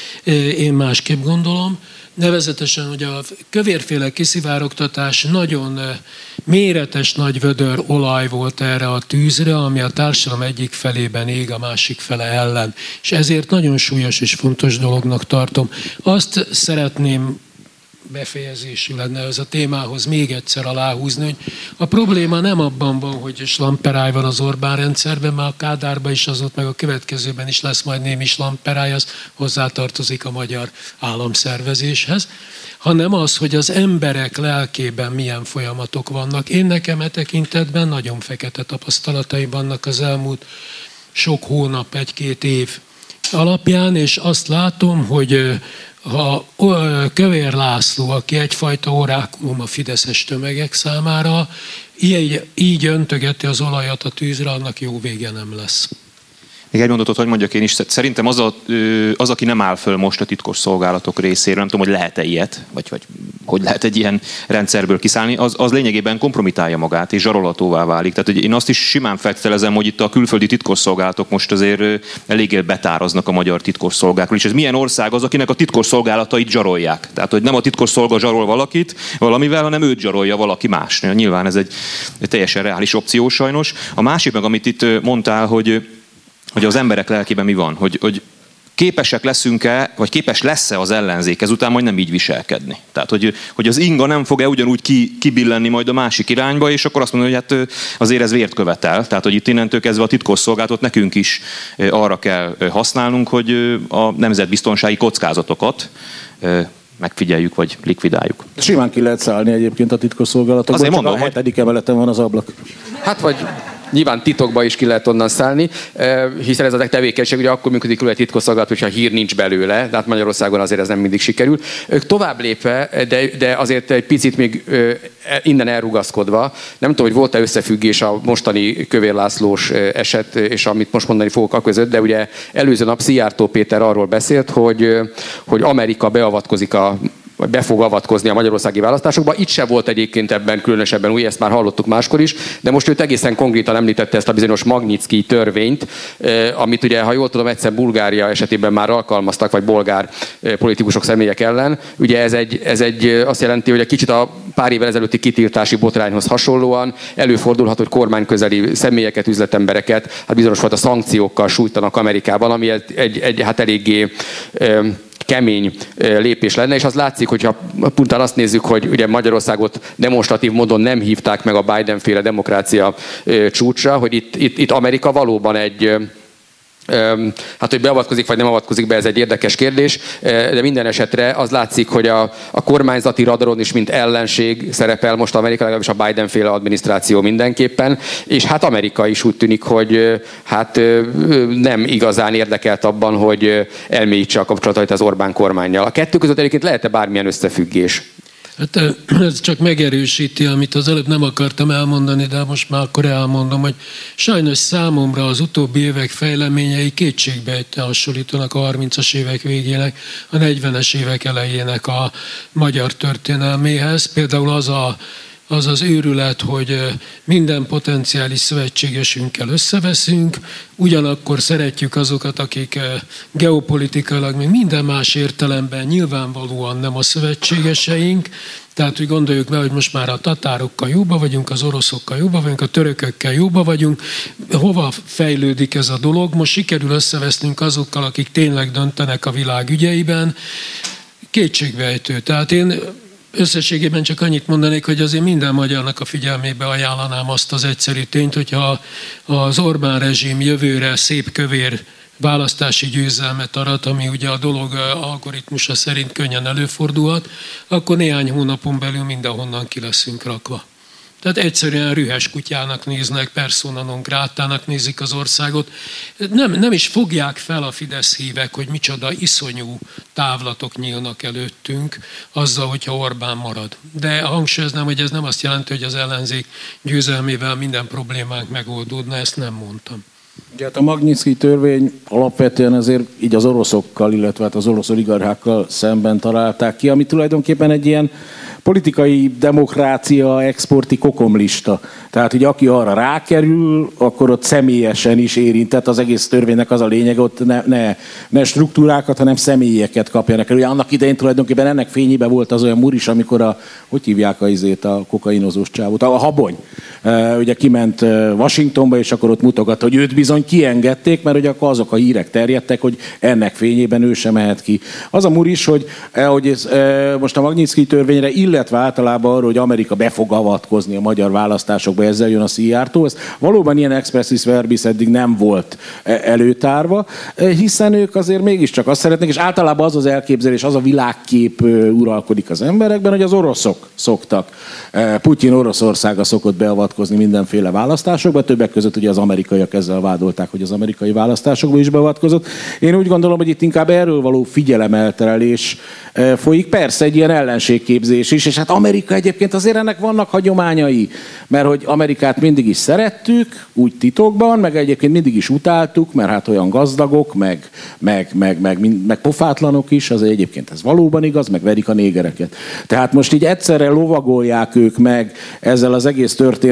én másképp gondolom, nevezetesen, hogy a kövérféle kiszivárogtatás nagyon méretes nagy vödör olaj volt erre a tűzre, ami a társadalom egyik felében ég, a másik fele ellen. És ezért nagyon súlyos és fontos dolognak tartom. Azt szeretném befejezésű lenne ez a témához még egyszer aláhúzni, hogy a probléma nem abban van, hogy slamperáj van az Orbán rendszerben, mert a Kádárban is az ott, meg a következőben is lesz majd némi slamperáj, az hozzátartozik a magyar államszervezéshez, hanem az, hogy az emberek lelkében milyen folyamatok vannak. Én nekem e tekintetben nagyon fekete tapasztalataim vannak az elmúlt sok hónap, egy-két év alapján, és azt látom, hogy ha Kövér László, aki egyfajta orákulum a fideszes tömegek számára, így, így öntögeti az olajat a tűzre, annak jó vége nem lesz. Még egy mondatot, hogy mondjak én is, szerintem az, a, az, aki nem áll föl most a titkos szolgálatok részéről, nem tudom, hogy lehet-e ilyet, vagy, vagy hogy lehet egy ilyen rendszerből kiszállni, az, az lényegében kompromitálja magát, és zsarolhatóvá válik. Tehát hogy én azt is simán feltételezem, hogy itt a külföldi titkos szolgálatok most azért eléggé betáraznak a magyar titkos szolgákról. És ez milyen ország az, akinek a titkos szolgálatait zsarolják? Tehát, hogy nem a titkos szolga zsarol valakit valamivel, hanem őt zsarolja valaki más. Nyilván ez egy, egy teljesen reális opció sajnos. A másik meg, amit itt mondtál, hogy hogy az emberek lelkében mi van, hogy, hogy képesek leszünk-e, vagy képes lesz-e az ellenzék ezután majd nem így viselkedni. Tehát, hogy, hogy az inga nem fog-e ugyanúgy ki, kibillenni majd a másik irányba, és akkor azt mondom, hogy hát azért ez vért követel. Tehát, hogy itt innentől kezdve a titkosszolgálatot nekünk is arra kell használnunk, hogy a nemzetbiztonsági kockázatokat megfigyeljük, vagy likvidáljuk. Simán ki lehet szállni egyébként a titkosszolgálatokból. Azért mondom, a hetedik emeleten van az ablak. Hát vagy nyilván titokba is ki lehet onnan szállni, hiszen ez a tevékenység ugye akkor működik egy titkosszolgálat, hogyha hír nincs belőle, de hát Magyarországon azért ez nem mindig sikerül. Tovább lépve, de, de azért egy picit még innen elrugaszkodva, nem tudom, hogy volt-e összefüggés a mostani Kövér Lászlós eset, és amit most mondani fogok a között, de ugye előző nap Szijjártó Péter arról beszélt, hogy, hogy Amerika beavatkozik a vagy be fog avatkozni a magyarországi választásokba. Itt se volt egyébként ebben különösebben új, ezt már hallottuk máskor is, de most őt egészen konkrétan említette ezt a bizonyos Magnitsky törvényt, amit ugye, ha jól tudom, egyszer Bulgária esetében már alkalmaztak, vagy bolgár politikusok, személyek ellen. Ugye ez egy, ez egy azt jelenti, hogy egy kicsit a pár évvel ezelőtti kitiltási botrányhoz hasonlóan előfordulhat, hogy kormányközeli személyeket, üzletembereket hát bizonyos fajta szankciókkal sújtanak Amerikában, ami egy, egy, egy hát eléggé kemény lépés lenne, és az látszik, hogyha puntán azt nézzük, hogy ugye Magyarországot demonstratív módon nem hívták meg a Biden-féle demokrácia csúcsra, hogy itt, itt, itt Amerika valóban egy hát, hogy beavatkozik, vagy nem avatkozik be, ez egy érdekes kérdés, de minden esetre az látszik, hogy a, a kormányzati radaron is mint ellenség szerepel most Amerika, legalábbis a Biden-féle adminisztráció mindenképpen, és hát Amerika is úgy tűnik, hogy hát nem igazán érdekelt abban, hogy elmélyítse a kapcsolatait az Orbán kormánnyal. A kettő között egyébként lehet-e bármilyen összefüggés? Hát ez csak megerősíti, amit az előbb nem akartam elmondani, de most már akkor elmondom, hogy sajnos számomra az utóbbi évek fejleményei kétségbejtően hasonlítanak a harmincas évek végének, a negyvenes évek elejének a magyar történelméhez. Például az a az az őrület, hogy minden potenciális szövetségesünkkel összeveszünk, ugyanakkor szeretjük azokat, akik geopolitikailag, még minden más értelemben nyilvánvalóan nem a szövetségeseink, tehát úgy gondoljuk be, hogy most már a tatárokkal jóba vagyunk, az oroszokkal jóba vagyunk, a törökökkel jóba vagyunk. Hova fejlődik ez a dolog? Most sikerül összevesznünk azokkal, akik tényleg döntenek a világ ügyeiben. Kétségbejtő. Tehát én összességében csak annyit mondanék, hogy azért minden magyarnak a figyelmébe ajánlanám azt az egyszerű tényt, hogyha az Orbán rezsim jövőre szép kövér választási győzelmet arat, ami ugye a dolog algoritmusa szerint könnyen előfordulhat, akkor néhány hónapon belül mindenhonnan ki leszünk rakva. Tehát egyszerűen rühes kutyának néznek, persona non grátának nézik az országot. Nem, nem is fogják fel a Fidesz hívek, hogy micsoda iszonyú távlatok nyílnak előttünk azzal, hogyha Orbán marad. De hangsúlyoznám, hogy ez nem azt jelenti, hogy az ellenzék győzelmével minden problémánk megoldódna, ezt nem mondtam. Ugye hát a Magnitsky törvény alapvetően azért így az oroszokkal, illetve hát az orosz oligarchákkal szemben találták ki, ami tulajdonképpen egy ilyen politikai demokrácia exporti kokomlista. Tehát, hogy aki arra rákerül, akkor ott személyesen is érintett. Az egész törvénynek az a lényeg, ott ne, ne, ne struktúrákat, hanem személyeket kapjanak el. Ugye annak idején tulajdonképpen ennek fényében volt az olyan muris, amikor a, hogy hívják a izét, a kokainozós csávót, a Habony. Ugye kiment Washingtonba, és akkor ott mutogatta, hogy őt bizony kiengedték, mert ugye akkor azok a hírek terjedtek, hogy ennek fényében ő sem mehet ki. Az a muris, hogy, hogy ez, most a Magnitsky törvényre, illetve általában arra, hogy Amerika be fog avatkozni a magyar választásokba, ezzel jön a Szijjártó. Ez valóban ilyen expressis verbis eddig nem volt előtárva, hiszen ők azért mégiscsak azt szeretnék, és általában az az elképzelés, az a világkép uralkodik az emberekben, hogy az oroszok szoktak. Putyin Oroszországa szokott beavatkozni mindenféle választásokba, többek között ugye az amerikaiak ezzel vádolták, hogy az amerikai választásokba is beavatkozott. Én úgy gondolom, hogy itt inkább erről való figyelemelterelés folyik. Persze egy ilyen ellenségképzés is, és hát Amerika egyébként azért ennek vannak hagyományai, mert hogy Amerikát mindig is szerettük, úgy titokban, meg egyébként mindig is utáltuk, mert hát olyan gazdagok, meg, meg, meg, meg, meg pofátlanok is, az egyébként ez valóban igaz, meg verik a négereket. Tehát most így egyszerre lovagolják ők meg ezzel az egész történet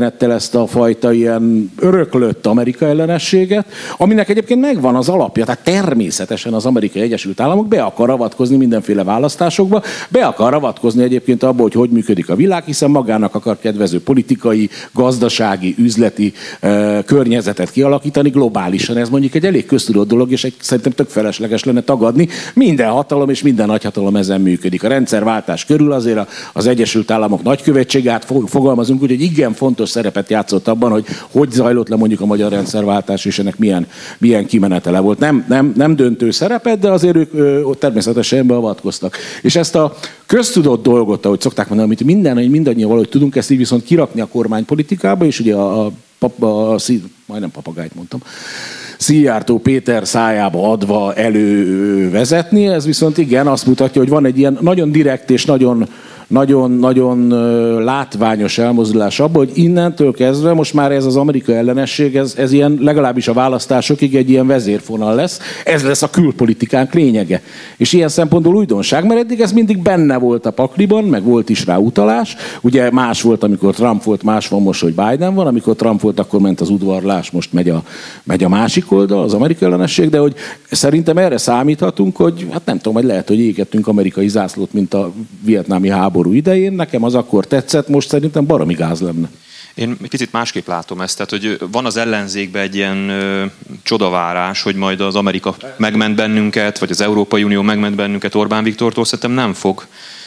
történettel ezt a fajta ilyen öröklött Amerika ellenességet, aminek egyébként megvan az alapja, tehát természetesen az Amerikai Egyesült Államok be akar avatkozni mindenféle választásokba, be akar avatkozni egyébként abba, hogy hogy működik a világ, hiszen magának akar kedvező politikai, gazdasági, üzleti uh, környezetet kialakítani globálisan. Ez mondjuk egy elég köztudott dolog, és egy, szerintem tök felesleges lenne tagadni. Minden hatalom és minden nagyhatalom ezen működik. A rendszerváltás körül azért az Egyesült Államok nagykövetségét fogalmazunk, úgyhogy igen fontos szerepet játszott abban, hogy hogy zajlott le mondjuk a magyar rendszerváltás, és ennek milyen, milyen kimenetele volt. Nem, nem, nem döntő szerepet, de azért ők ö, természetesen beavatkoztak. És ezt a köztudott dolgot, ahogy szokták mondani, amit minden, mindannyian valahogy tudunk, ezt így viszont kirakni a kormánypolitikába, és ugye a, a, a, a majdnem papagájt mondtam, Szijjártó Péter szájába adva elővezetni, ez viszont igen azt mutatja, hogy van egy ilyen nagyon direkt és nagyon nagyon-nagyon látványos elmozdulás abban, hogy innentől kezdve most már ez az Amerika ellenesség, ez, ez ilyen legalábbis a választásokig egy ilyen vezérfonal lesz. Ez lesz a külpolitikánk lényege. És ilyen szempontból újdonság, mert eddig ez mindig benne volt a pakliban, meg volt is rá utalás. Ugye más volt, amikor Trump volt, más van most, hogy Biden van. Amikor Trump volt, akkor ment az udvarlás, most megy a, megy a másik oldal, az Amerika ellenesség, de hogy szerintem erre számíthatunk, hogy hát nem tudom, hogy lehet, hogy égettünk amerikai zászlót, mint a vietnámi háború idején. Nekem az akkor tetszett, most szerintem baromi gáz lenne. Én egy picit másképp látom ezt, tehát hogy van az ellenzékben egy ilyen ö, csodavárás, hogy majd az Amerika megment bennünket, vagy az Európai Unió megment bennünket Orbán Viktortól, szerintem nem fog.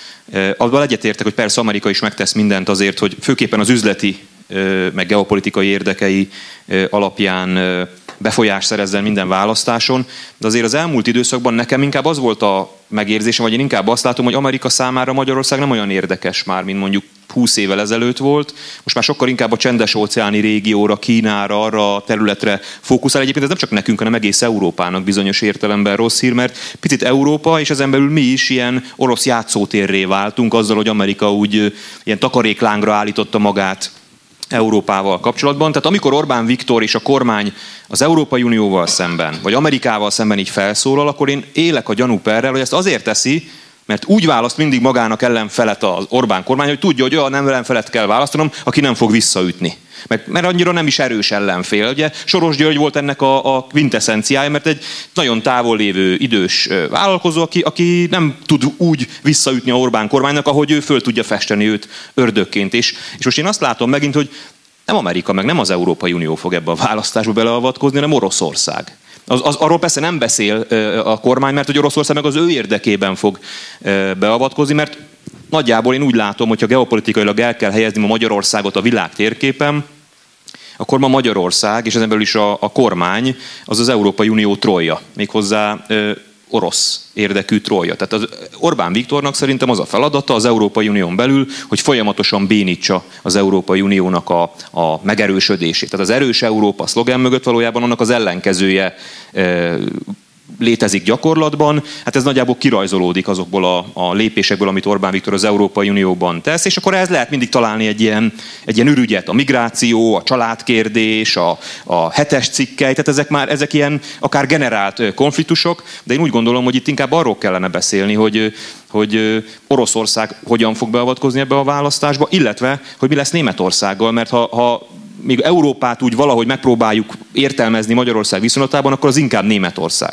E, abban egyetértek, hogy persze Amerika is megtesz mindent azért, hogy főképpen az üzleti, ö, meg geopolitikai érdekei ö, alapján ö, befolyást szerezzen minden választáson, de azért az elmúlt időszakban nekem inkább az volt a megérzésem, vagy én inkább azt látom, hogy Amerika számára Magyarország nem olyan érdekes már, mint mondjuk húsz évvel ezelőtt volt. Most már sokkal inkább a csendes-óceáni régióra, Kínára, arra a területre fókuszál. Egyébként ez nem csak nekünk, hanem egész Európának bizonyos értelemben rossz hír, mert picit Európa, és ezen belül mi is ilyen orosz játszótérré váltunk azzal, hogy Amerika úgy ilyen takaréklángra állította magát Európával kapcsolatban. Tehát amikor Orbán Viktor és a kormány az Európai Unióval szemben, vagy Amerikával szemben így felszólal, akkor én élek a gyanúperrel, hogy ezt azért teszi, mert úgy választ mindig magának ellenfelet az Orbán kormány, hogy tudja, hogy olyan ellenfelet kell választanom, aki nem fog visszaütni. Mert, mert annyira nem is erős ellenfél. Ugye Soros György volt ennek a, a quintessenciája, mert egy nagyon távol lévő idős vállalkozó, aki, aki nem tud úgy visszaütni a Orbán kormánynak, ahogy ő föl tudja festeni őt ördögként. És, és most én azt látom megint, hogy nem Amerika, meg nem az Európai Unió fog ebbe a választásba beleavatkozni, hanem Oroszország. Az, az, arról persze nem beszél a kormány, mert hogy Oroszország meg az ő érdekében fog beavatkozni, mert nagyjából én úgy látom, hogyha geopolitikailag el kell helyezni ma Magyarországot a világ térképen, akkor ma Magyarország, és ezen belül is a, a kormány, az az Európai Unió Trója, méghozzá ö, orosz érdekű Trója. Tehát az Orbán Viktornak szerintem az a feladata az Európai Unión belül, hogy folyamatosan bénítsa az Európai Uniónak a, a megerősödését. Tehát az erős Európa szlogen mögött valójában annak az ellenkezője ö, létezik gyakorlatban, hát ez nagyjából kirajzolódik azokból a, a lépésekből, amit Orbán Viktor az Európai Unióban tesz, és akkor ehhez lehet mindig találni egy ilyen, egy ilyen ürügyet, a migráció, a családkérdés, a, a hetes cikkely, tehát ezek már ezek ilyen akár generált konfliktusok, de én úgy gondolom, hogy itt inkább arról kellene beszélni, hogy, hogy Oroszország hogyan fog beavatkozni ebbe a választásba, illetve, hogy mi lesz Németországgal, mert ha, ha még Európát úgy valahogy megpróbáljuk értelmezni Magyarország viszonylatában, akkor az inkább Németország.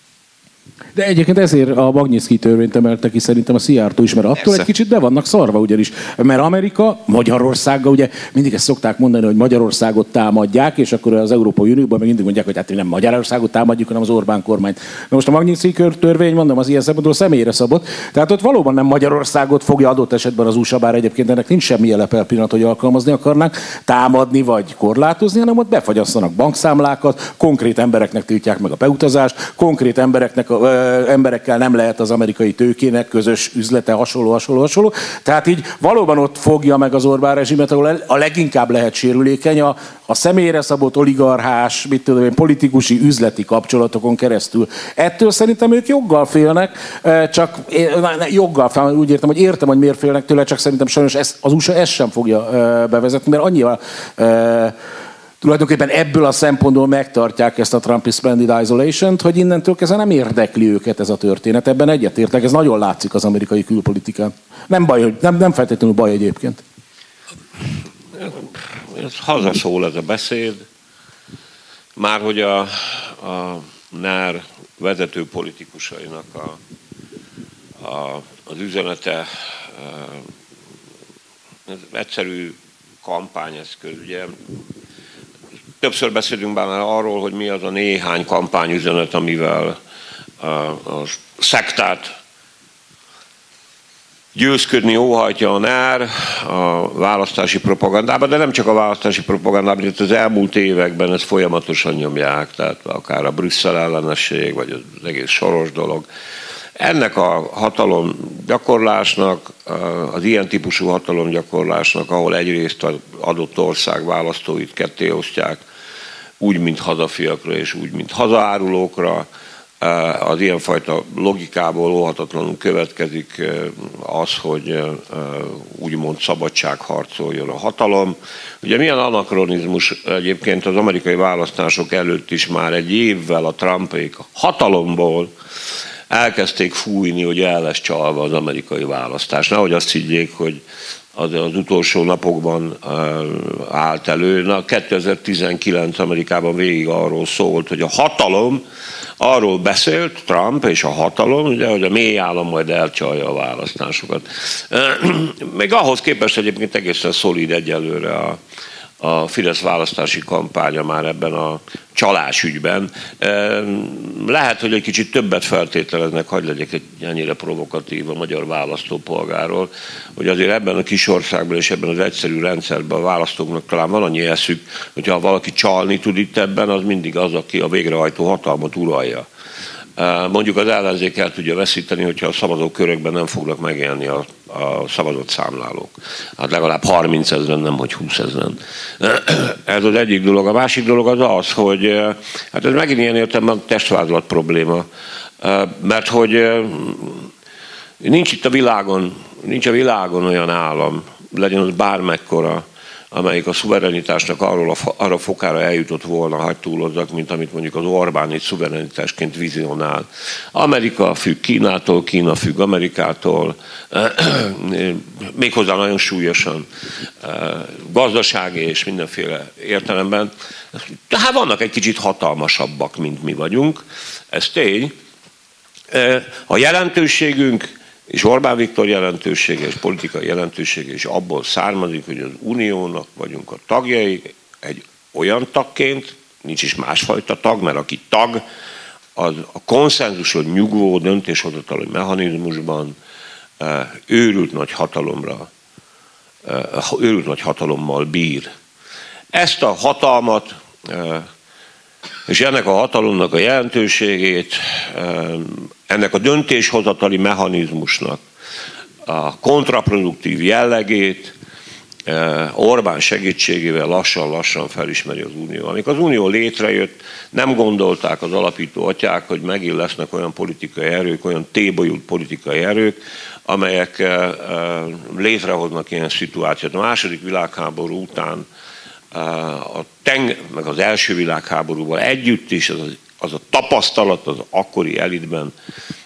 De egyébként ezért a Magnitsky törvényt emelte ki szerintem a Szijjártó is, mert attól Persze. egy kicsit be vannak szarva ugyanis. Mert Amerika, Magyarországgal, ugye mindig ezt szokták mondani, hogy Magyarországot támadják, és akkor az Európai Unióban meg mindig mondják, hogy hát nem Magyarországot támadjuk, hanem az Orbán kormányt. Na most a Magnitsky törvény, mondom, az ilyen szempontból személyre szabott. Tehát ott valóban nem Magyarországot fogja adott esetben az u es á, bár egyébként ennek nincs semmi jele per pillanat, hogy alkalmazni akarnák, támadni vagy korlátozni, hanem ott befagyasztanak bankszámlákat, konkrét embereknek tiltják meg a beutazást, konkrét embereknek a emberekkel nem lehet az amerikai tőkének közös üzlete, hasonló, hasonló, hasonló. Tehát így valóban ott fogja meg az Orbán rezsimet, ahol a leginkább lehet sérülékeny a, a személyre szabott oligarchás, mit tudom én, politikusi, üzleti kapcsolatokon keresztül. Ettől szerintem ők joggal félnek, csak joggal, úgy értem, hogy értem, hogy miért félnek tőle, csak szerintem sajnos ez, az u es á ezt sem fogja bevezetni, mert annyira tulajdonképpen ebből a szempontból megtartják ezt a Trumpi Splendid Isolation-t, hogy innentől kezdve nem érdekli őket ez a történet. Ebben egyetértek, ez nagyon látszik az amerikai külpolitikán. Nem baj, nem, nem feltétlenül baj egyébként. ez hazaszól ez a beszéd, már hogy a, a NER vezető politikusainak a, a, az üzenete ez egyszerű kampányeszköz. Ugye többször beszélünk már arról, hogy mi az a néhány kampányüzenet, amivel a, a szektát győzködni óhajtja a NER a választási propagandában, de nem csak a választási propagandában, itt az elmúlt években ezt folyamatosan nyomják, tehát akár a Brüsszel ellenesség, vagy az egész Soros dolog. Ennek a hatalomgyakorlásnak, az ilyen típusú hatalomgyakorlásnak, ahol egyrészt az adott ország választóit ketté osztják, úgy, mint hazafiakra és úgy, mint hazaárulókra, az ilyenfajta logikából óhatatlanul következik az, hogy úgymond szabadságharcoljon a hatalom. Ugye milyen anakronizmus egyébként az amerikai választások előtt is már egy évvel a Trumpék hatalomból elkezdték fújni, hogy el lesz csalva az amerikai választás. Nehogy azt higgyék, hogy az, az utolsó napokban állt elő. Na, kétezer-tizenkilenc Amerikában végig arról szólt, hogy a hatalom arról beszélt, Trump és a hatalom, ugye, hogy a mély állam majd elcsalja a választásokat. Még ahhoz képest egyébként egészen szolid egyelőre a, a Fidesz választási kampánya már ebben a csalásügyben. Lehet, hogy egy kicsit többet feltételeznek, hadd legyek egy ennyire provokatív a magyar választópolgáról, hogy azért ebben a kis országban és ebben az egyszerű rendszerben a választóknak talán van annyi eszük, hogyha valaki csalni tud itt ebben, az mindig az, aki a végrehajtó hatalmat uralja. Mondjuk az ellenzék el tudja veszíteni, hogyha a szavazókörökben nem fognak megélni a, a szavazott számlálók. Hát legalább harmincezren, nem hogy húszezren. Ez az egyik dolog. A másik dolog az az, hogy hát ez megint ilyen értelemben testvázlat probléma. Mert hogy nincs itt a világon, nincs a világon olyan állam, legyen az bármekkora, amelyik a szuverenitásnak arról a, arra fokára eljutott volna, hagy túlozzak, mint amit mondjuk az Orbán itt szuverenitásként vizionál. Amerika függ Kínától, Kína függ Amerikától, méghozzá nagyon súlyosan, gazdasági és mindenféle értelemben. Tehát vannak egy kicsit hatalmasabbak, mint mi vagyunk, ez tény. A jelentőségünk és Orbán Viktor jelentősége és politikai jelentősége is abból származik, hogy az uniónak vagyunk a tagjai, egy olyan tagként, nincs is másfajta tag, mert aki tag, az a konszenzuson nyugvó döntéshozatali mechanizmusban őrült nagy hatalomra, őrült nagy hatalommal bír. Ezt a hatalmat és ennek a hatalomnak a jelentőségét, ennek a döntéshozatali mechanizmusnak a kontraproduktív jellegét Orbán segítségével lassan-lassan felismeri az Unió. Amikor az Unió létrejött, nem gondolták az alapító atyák, hogy megint lesznek olyan politikai erők, olyan tébolyult politikai erők, amelyek létrehoznak ilyen szituációt. A második világháború után a teng- meg az első világháborúval együtt is az, az a tapasztalat az akkori elitben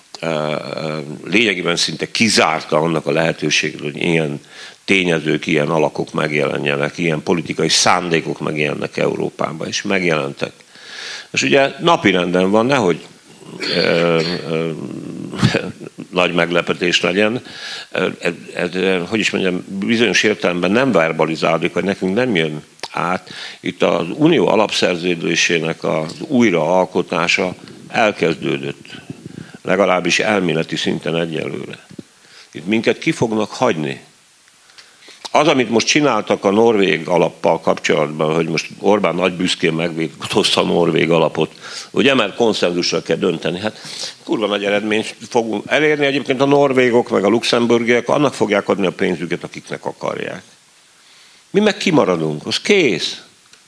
lényegében szinte kizárta annak a lehetőséget, hogy ilyen tényezők, ilyen alakok megjelenjenek, ilyen politikai szándékok megjelennek Európában, és megjelentek. És ugye napirenden van, nehogy ö, ö, nagy meglepetés legyen, ez, ez, hogy is mondjam, bizonyos értelemben nem verbalizálódik, vagy nekünk nem jön át. Itt az Unió alapszerződésének az újraalkotása elkezdődött, legalábbis elméleti szinten egyelőre. Itt minket ki fognak hagyni. Az, amit most csináltak a norvég alappal kapcsolatban, hogy most Orbán nagy büszkén megvédhozta a norvég alapot, ugye, mert konszenzusra kell dönteni. Hát kurva nagy eredményt fogunk elérni. Egyébként a norvégok meg a luxemburgiek annak fogják adni a pénzüket, akiknek akarják. Mi meg kimaradunk, az kész.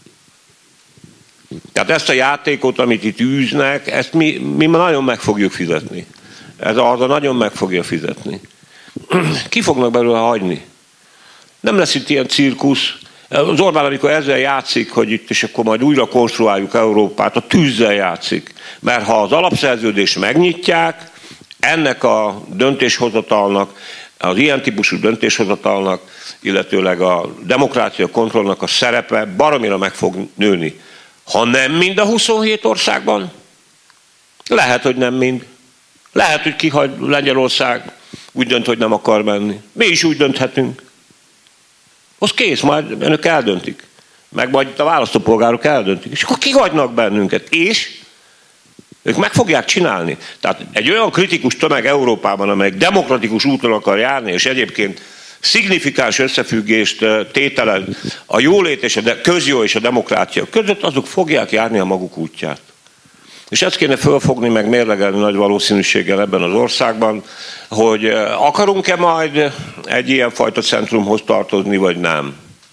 Tehát ezt a játékot, amit itt űznek, ezt mi, mi nagyon meg fogjuk fizetni. Ez az a nagyon meg fogja fizetni. Ki fognak belőle hagyni? Nem lesz itt ilyen cirkusz. Az Orbán, amikor ezzel játszik, hogy itt és akkor majd újra konstruáljuk Európát, a tűzzel játszik. Mert ha az alapszerződést megnyitják, ennek a döntéshozatalnak az ilyen típusú döntéshozatalnak, illetőleg a demokrácia kontrollnak a szerepe baromira meg fog nőni. Ha nem mind a huszonhét országban, lehet, hogy nem mind. Lehet, hogy kihagy Lengyelország, úgy dönt, hogy nem akar menni. Mi is úgy dönthetünk. Az kész, majd önök eldöntik. Meg majd a választópolgárok eldöntik. És akkor kihagynak bennünket. És ők meg fogják csinálni. Tehát egy olyan kritikus tömeg Európában, amely demokratikus úton akar járni, és egyébként szignifikáns összefüggést tételen a jólét és a de, közjó és a demokrácia között, azok fogják járni a maguk útját. És ezt kéne fölfogni, meg mérlegelni nagy valószínűséggel ebben az országban, hogy akarunk-e majd egy ilyen fajta centrumhoz tartozni, vagy nem.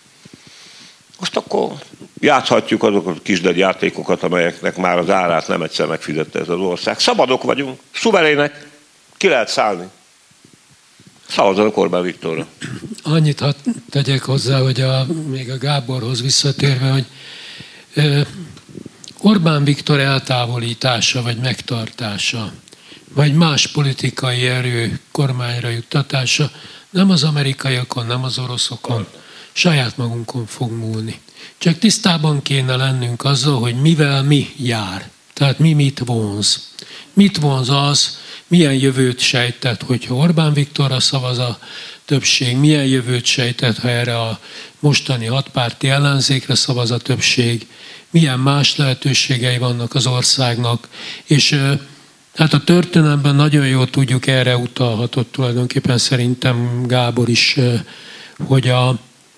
Azt akkor játszhatjuk azokat a kisdegy játékokat, amelyeknek már az árát nem egyszer megfizette ez az ország. Szabadok vagyunk, szuverének, ki lehet szállni. Szavazzanak Orbán Viktorra. Annyit hadd tegyek hozzá, hogy a, még a Gáborhoz visszatérve, hogy ö, Orbán Viktor eltávolítása vagy megtartása, vagy más politikai erő kormányra juttatása nem az amerikaiakon, nem az oroszokon, saját magunkon fog múlni. Csak tisztában kéne lennünk azzal, hogy mivel mi jár. Tehát mi mit vonz. Mit vonz az, milyen jövőt sejtett, hogyha Orbán Viktorra szavaz a többség, milyen jövőt sejtett, ha erre a mostani hatpárti ellenzékre szavaz a többség, milyen más lehetőségei vannak az országnak, és hát a történelemben nagyon jól tudjuk, erre utalhatott tulajdonképpen szerintem Gábor is, hogy a,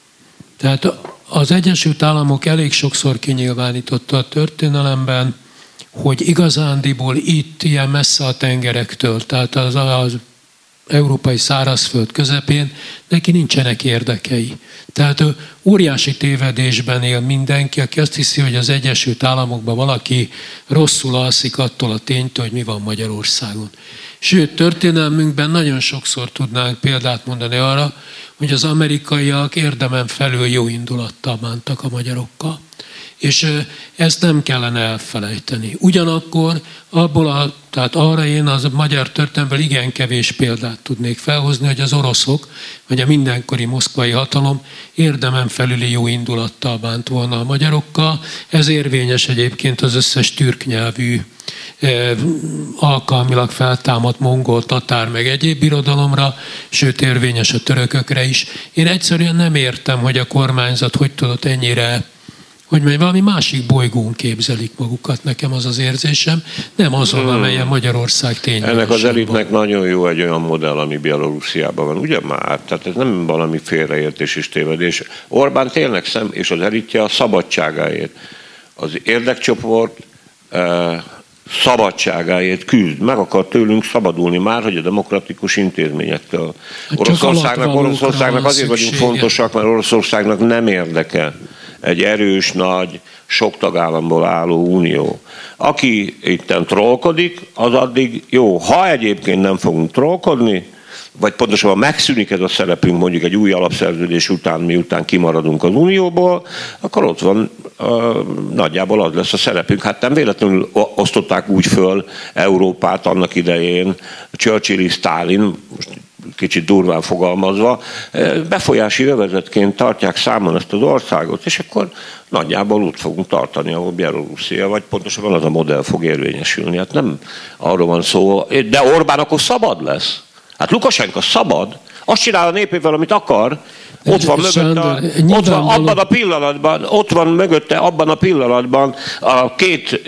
tehát az Egyesült Államok elég sokszor kinyilvánította a történelemben, hogy igazándiból itt ilyen messze a tengerektől, tehát az, az európai szárazföld közepén neki nincsenek érdekei. Tehát óriási tévedésben él mindenki, aki azt hiszi, hogy az Egyesült Államokban valaki rosszul alszik attól a ténytől, hogy mi van Magyarországon. Sőt, történelmünkben nagyon sokszor tudnánk példát mondani arra, hogy az amerikaiak érdemen felül jó indulattal bántak a magyarokkal. És ezt nem kellene elfelejteni. Ugyanakkor abból a, tehát arra én az a magyar történelemből igen kevés példát tudnék felhozni, hogy az oroszok, vagy a mindenkori moszkvai hatalom érdemen felüli jó indulattal bánt volna a magyarokkal. Ez érvényes egyébként az összes türk nyelvű eh, alkalmilag feltámadt mongol, tatár, meg egyéb birodalomra, sőt érvényes a törökökre is. Én egyszerűen nem értem, hogy a kormányzat hogy tudott ennyire, hogy majd valami másik bolygón képzelik magukat, nekem az az érzésem, nem azon, hmm. amelyen Magyarország tényleg. Ennek az elitnek nagyon jó egy olyan modell, ami Bielorussziában van, ugye már? Tehát ez nem valami félreértés és tévedés. Orbán tényleg szem, és az elitje a szabadságáért. Az érdekcsoport eh, szabadságáért küzd. Meg akar tőlünk szabadulni már, hogy a demokratikus intézményektől. Oroszországnak, Oroszországnak azért vagyunk fontosak, mert Oroszországnak nem érdeke egy erős, nagy, sok tagállamból álló unió. Aki itten trollkodik, az addig jó. Ha egyébként nem fogunk trollkodni, vagy pontosabban megszűnik ez a szerepünk mondjuk egy új alapszerződés után, miután kimaradunk az unióból, akkor ott van, uh, nagyjából az lesz a szerepünk. Hát nem véletlenül osztották úgy föl Európát annak idején, Churchill és Stalin, most kicsit durván fogalmazva, befolyási övezetként tartják számon ezt az országot, és akkor nagyjából úgy fogunk tartani, ahol Bielorusszia, vagy pontosabban az a modell fog érvényesülni. Hát nem arról van szó, de Orbán akkor szabad lesz. Hát Lukasenko szabad, azt csinál a népével, amit akar, ott van mögötte, a, ott van abban a pillanatban, ott van mögötte abban a pillanatban a két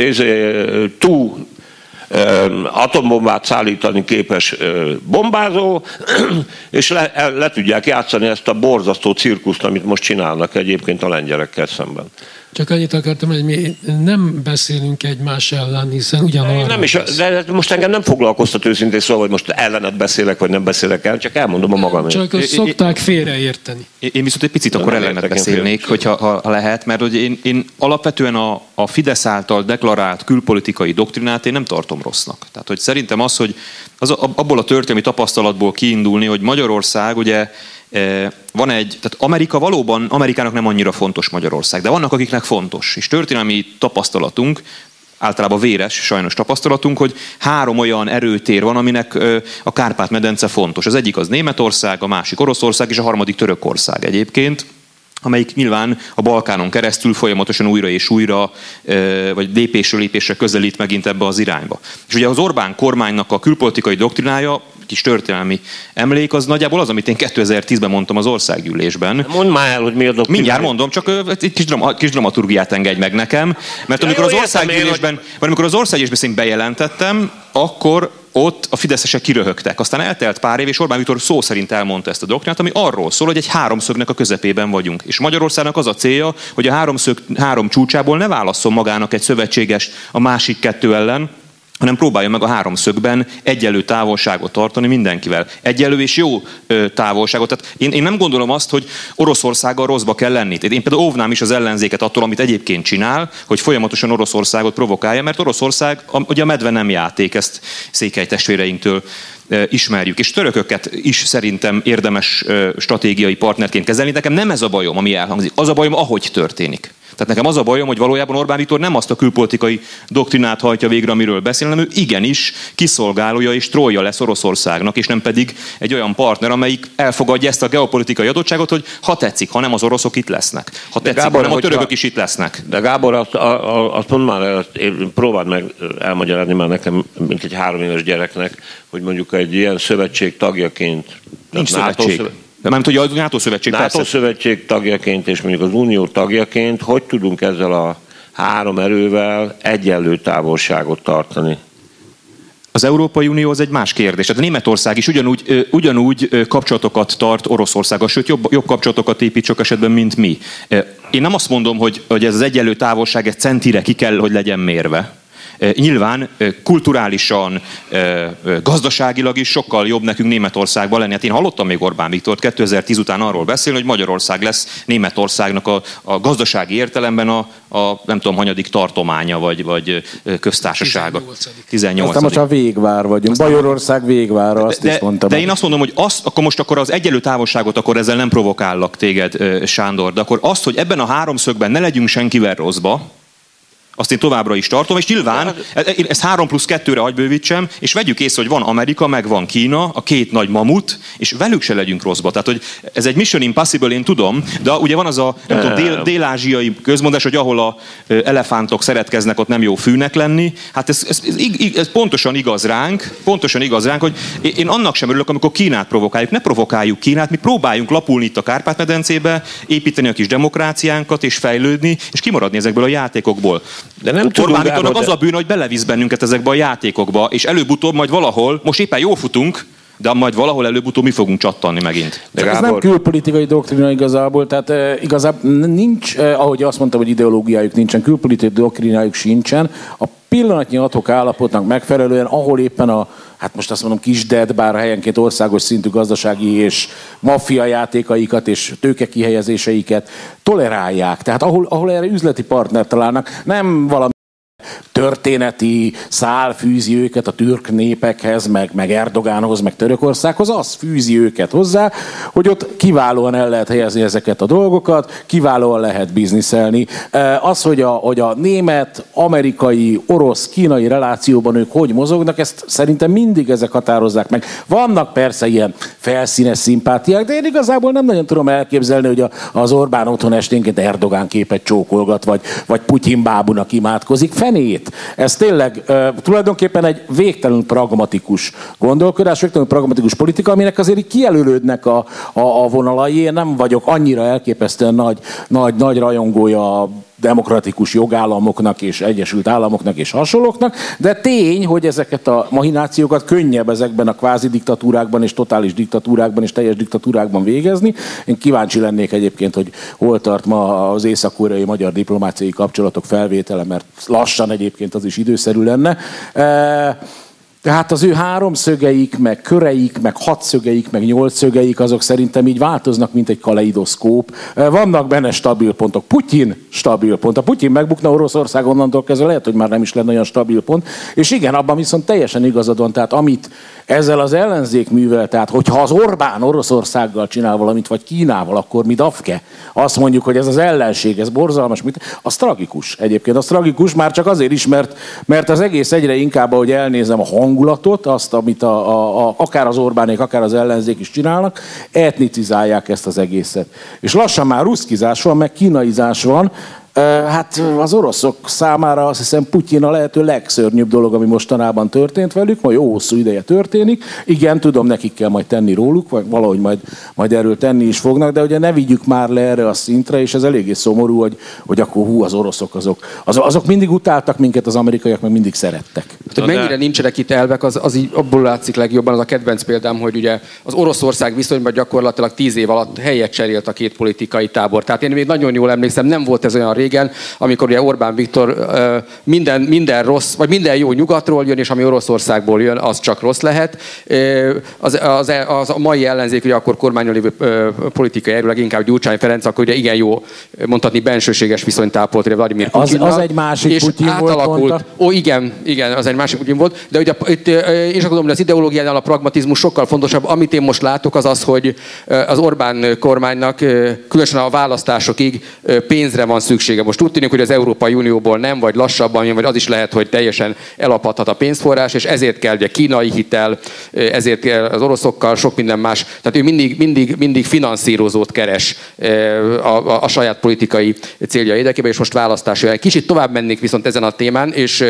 tú atombombát szállítani képes bombázó, és le, le tudják játszani ezt a borzasztó cirkuszt, amit most csinálnak egyébként a lengyelekkel szemben. Csak annyit akartam, hogy mi nem beszélünk egymás ellen, hiszen ugyanarra... Nem is, de most engem nem foglalkoztat őszintén szóval, hogy most ellenet beszélek, vagy nem beszélek el, csak elmondom a magamét. Csak azt szokták félreérteni. Én viszont egy picit akkor ellenet beszélnék, hogyha ha lehet, mert hogy én, én alapvetően a, a Fidesz által deklarált külpolitikai doktrinát én nem tartom rossznak. Tehát, hogy szerintem az, hogy az, abból a történelmi tapasztalatból kiindulni, hogy Magyarország ugye van egy, tehát Amerika valóban, Amerikának nem annyira fontos Magyarország, de vannak, akiknek fontos. És történelmi tapasztalatunk általában véres sajnos tapasztalatunk, hogy három olyan erőtér van, aminek a Kárpát-medence fontos. Az egyik az Németország, a másik Oroszország, és a harmadik Törökország egyébként, amelyik nyilván a Balkánon keresztül folyamatosan újra és újra, vagy lépésről lépésre közelít megint ebbe az irányba. És ugye az Orbán kormánynak a külpolitikai doktrinája, kis történelmi emlék, az nagyjából az, amit én kétezer-tízben mondtam az országgyűlésben. Mondd már el, hogy mi a doktrinája. Mindjárt mondom, csak egy kis, drama, kis dramaturgiát engedj meg nekem, mert amikor az országgyűlésben, vagy amikor az országgyűlésben bejelentettem, akkor ott a fideszesek kiröhögtek. Aztán eltelt pár év, és Orbán Viktor szó szerint elmondta ezt a doktrinát, ami arról szól, hogy egy háromszögnek a közepében vagyunk. És Magyarországnak az a célja, hogy a háromszög három csúcsából ne válasszon magának egy szövetséges a másik kettő ellen, hanem próbálja meg a háromszögben egyenlő távolságot tartani mindenkivel. Egyenlő és jó ö, távolságot. Tehát én, én nem gondolom azt, hogy Oroszországgal rosszba kell lenni. Én például óvnám is az ellenzéket attól, amit egyébként csinál, hogy folyamatosan Oroszországot provokálja, mert Oroszország, a, ugye a medve nem játék, ezt Székely testvéreinktől ö, ismerjük. És törököket is szerintem érdemes ö, stratégiai partnerként kezelni. Nekem nem ez a bajom, ami elhangzik. Az a bajom, ahogy történik. Tehát nekem az a bajom, hogy valójában Orbán Viktor nem azt a külpolitikai doktrinát hajtja végre, amiről beszél, hanem ő igenis kiszolgálója és trollja lesz Oroszországnak, és nem pedig egy olyan partner, amelyik elfogadja ezt a geopolitikai adottságot, hogy ha tetszik, ha nem az oroszok itt lesznek. Ha tetszik, Gábor, hanem a törökök hogyha... is itt lesznek. De Gábor, azt, azt mondd már, próbáld meg elmagyarázni már nekem, mint egy három éves gyereknek, hogy mondjuk egy ilyen szövetség tagjaként... Nincs szövetség. De nem tudja, hogy a NATO szövetség. NATO persze. Szövetség tagjaként és mondjuk az Unió tagjaként, hogy tudunk ezzel a három erővel egyenlő távolságot tartani? Az Európai Unió az egy más kérdés. Tehát a Németország is ugyanúgy, ugyanúgy kapcsolatokat tart Oroszországgal, sőt jobb, jobb kapcsolatokat épít sok esetben, mint mi. Én nem azt mondom, hogy, hogy ez az egyenlő távolság egy centire ki kell, hogy legyen mérve. Nyilván kulturálisan, gazdaságilag is sokkal jobb nekünk Németországban lenni. Hát én hallottam még Orbán Viktort kétezer-tíz után arról beszélni, hogy Magyarország lesz Németországnak a, a gazdasági értelemben a, a nem tudom, hanyadik tartománya, vagy, vagy köztársasága. tizennyolcadik Aztán most a végvár vagyunk. Aztán Bajorország végvára, azt de, is mondtam. De én azt mondom, hogy azt, akkor most akkor az egyenlő távolságot, akkor ezzel nem provokállak téged, Sándor, de akkor azt, hogy ebben a háromszögben ne legyünk senkivel rosszba, azt én továbbra is tartom, és nyilván ezt három plusz kettőre agybővítsem, és vegyük észre, hogy van Amerika, meg van Kína, a két nagy mamut, és velük se legyünk rosszba. Tehát, hogy ez egy mission impossible, én tudom, de ugye van az a nem tudom, dél, dél-ázsiai közmondás, hogy ahol a elefántok szeretkeznek, ott nem jó fűnek lenni. Hát ez, ez, ez, ez pontosan igaz ránk, pontosan igaz ránk, hogy én annak sem örülök, amikor Kínát provokáljuk. Ne provokáljuk Kínát, mi próbáljunk lapulni itt a Kárpát-medencébe, építeni a kis demokráciánkat, és fejlődni, és kimaradni ezekből a játékokból. De nem Orbán Viktornak az a bűn, hogy belevisz bennünket ezekbe a játékokba, és előbb-utóbb majd valahol, most éppen jól futunk, de majd valahol előbb-utóbb mi fogunk csattanni megint. De ez nem külpolitikai doktrina igazából, tehát eh, igazából nincs, eh, ahogy azt mondtam, hogy ideológiájuk nincsen, külpolitikai doktrinájuk sincsen. A pillanatnyi ad-hoc állapotnak megfelelően, ahol éppen a, hát most azt mondom kisded, bár helyenként országos szintű gazdasági és maffia játékaikat és tőke kihelyezéseiket tolerálják. Tehát ahol, ahol erre üzleti partnert találnak, nem valami történeti szál fűzi őket a türk népekhez, meg, meg Erdogánhoz, meg Törökországhoz, az fűzi őket hozzá, hogy ott kiválóan el lehet helyezni ezeket a dolgokat, kiválóan lehet bizniszelni. Az, hogy a, hogy a német, amerikai, orosz, kínai relációban ők hogy mozognak, ezt szerintem mindig ezek határozzák meg. Vannak persze ilyen felszínes szimpátiák, de én igazából nem nagyon tudom elképzelni, hogy a, az Orbán otthon esténként Erdogán képet csókolgat, vagy, vagy Putyin bábunak imádkozik. Fenét! Ez tényleg uh, tulajdonképpen egy végtelenül pragmatikus gondolkodás, végtelenül pragmatikus politika, aminek azért kijelölődnek a, a, a vonalai. Én nem vagyok annyira elképesztően nagy, nagy, nagy rajongója a demokratikus jogállamoknak és Egyesült Államoknak és hasonlóknak, de tény, hogy ezeket a mahinációkat könnyebb ezekben a kvázi diktatúrákban és totális diktatúrákban és teljes diktatúrákban végezni. Én kíváncsi lennék egyébként, hogy hol tart ma az észak-koreai magyar diplomáciai kapcsolatok felvétele, mert lassan egyébként az is időszerű lenne. Tehát az ő háromszögeik, meg köreik, meg hatszögeik, meg nyolcszögeik, azok szerintem így változnak, mint egy kaleidoszkóp. Vannak benne stabil pontok. Putyin stabil pont. A Putyin megbukna Oroszország onnantól kezdve, lehet, hogy már nem is lenne olyan stabil pont. És igen, abban viszont teljesen igazad van. Tehát amit ezzel az ellenzék művel, tehát hogyha az Orbán Oroszországgal csinál valamit, vagy Kínával, akkor mi dafke? Azt mondjuk, hogy ez az ellenség, ez borzalmas, mit? Az tragikus egyébként, az tragikus már csak azért is, mert, mert az egész egyre inkább, ahogy elnézem a hangulatot, azt, amit a, a, a, akár az Orbánék, akár az ellenzék is csinálnak, etnicizálják ezt az egészet. És lassan már ruszkizás van, meg kínaizás van. Hát az oroszok számára azt hiszem Putyin a lehető legszörnyűbb dolog, ami mostanában történt velük, majd jó hosszú ideje történik. Igen, tudom, nekik kell majd tenni róluk, vagy valahogy majd, majd erről tenni is fognak, de ugye ne vigyük már le erre a szintre, és ez eléggé szomorú, hogy, hogy akkor hú, az oroszok azok, azok, azok mindig utáltak minket, az amerikaiak meg mindig szerettek. Hát, hogy mennyire nincsenek itt elvek, az, az így abból látszik legjobban, az a kedvenc példám, hogy ugye az Oroszország viszonyban gyakorlatilag tíz év alatt helyet cserélt a két politikai tábor. Tehát én még nagyon jól emlékszem, nem volt ez olyan régen, amikor ugye Orbán Viktor minden, minden rossz, vagy minden jó nyugatról jön, és ami Oroszországból jön, az csak rossz lehet. Az, az, az a mai ellenzék, ugye akkor kormányon lévő politikai erőleg inkább Gyurcsány Ferenc, akkor ugye igen jó mondhatni bensőséges viszonyt tápolt ugye Vladimir Putyinnal. Az, az egy másik és Putyin átalakult. Volt. Ó, igen, igen, az egy másik Putyin volt. De ugye itt, én is gondolom, hogy az ideológiánál a pragmatizmus sokkal fontosabb. Amit én most látok, az az, hogy az Orbán kormánynak különösen a választásokig pénzre van szüksége. Most úgy tűnik, hogy az Európai Unióból nem, vagy lassabban jön, vagy az is lehet, hogy teljesen elapadhat a pénzforrás, és ezért kell ugye kínai hitel, ezért kell az oroszokkal, sok minden más. Tehát ő mindig, mindig, mindig finanszírozót keres a, a, a saját politikai célja érdekében, és most választás jön. Kicsit tovább mennék viszont ezen a témán, és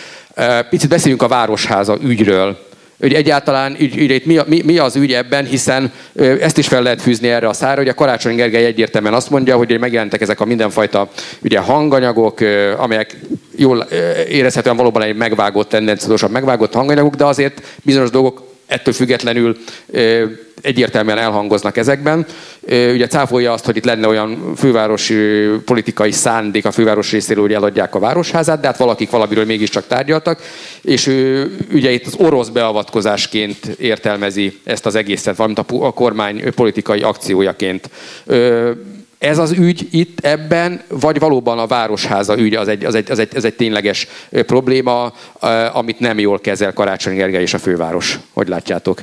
picit beszéljünk a Városháza ügyről. Hogy egyáltalán ügy, ügy, mi, mi, mi az ügy ebben, hiszen ezt is fel lehet fűzni erre a szára, hogy a Karácsony Gergely egyértelműen azt mondja, hogy megjelentek ezek a mindenfajta ugye, hanganyagok, amelyek jól érezhetően valóban egy megvágott, tendenciósabb megvágott hanganyagok, de azért bizonyos dolgok ettől függetlenül egyértelműen elhangoznak ezekben. Ugye cáfolja azt, hogy itt lenne olyan fővárosi politikai szándék a főváros részéről, hogy eladják a Városházát, de hát valakik valamiről mégiscsak tárgyaltak, és ő ugye itt az orosz beavatkozásként értelmezi ezt az egészet, valamint a kormány politikai akciójaként. Ez az ügy itt ebben, vagy valóban a Városháza ügy az egy, az egy, az egy, az egy tényleges probléma, amit nem jól kezel Karácsony Gergely és a főváros? Hogy látjátok?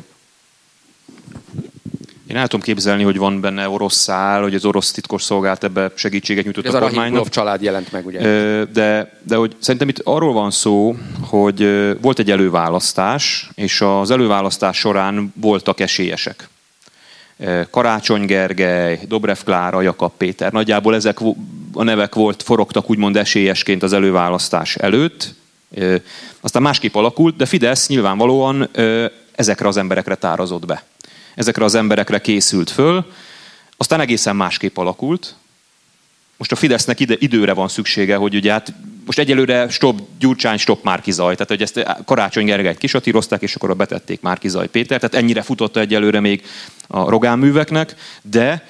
Én el tudom képzelni, hogy van benne orosz szál, hogy az orosz titkosszolgálat ebbe segítséget nyújtott ez a kormánynak. Ez a család jelent meg, ugye? De, de hogy szerintem itt arról van szó, hogy volt egy előválasztás, és az előválasztás során voltak esélyesek. Karácsony Gergely, Dobrev Klára, Jakab Péter. Nagyjából ezek a nevek volt, forogtak úgymond esélyesként az előválasztás előtt. Aztán másképp alakult, de Fidesz nyilvánvalóan ezekre az emberekre tárazott be. Ezekre az emberekre készült föl, aztán egészen másképp alakult. Most a Fidesznek ide, időre van szüksége, hogy ugye hát most egyelőre stop Gyurcsány, stop Márki-Zay. Tehát, hogy ezt Karácsony Gergelyt kisatírozták, és akkor betették Márki-Zay Péter. Tehát ennyire futott egyelőre még a Rogán műveknek, de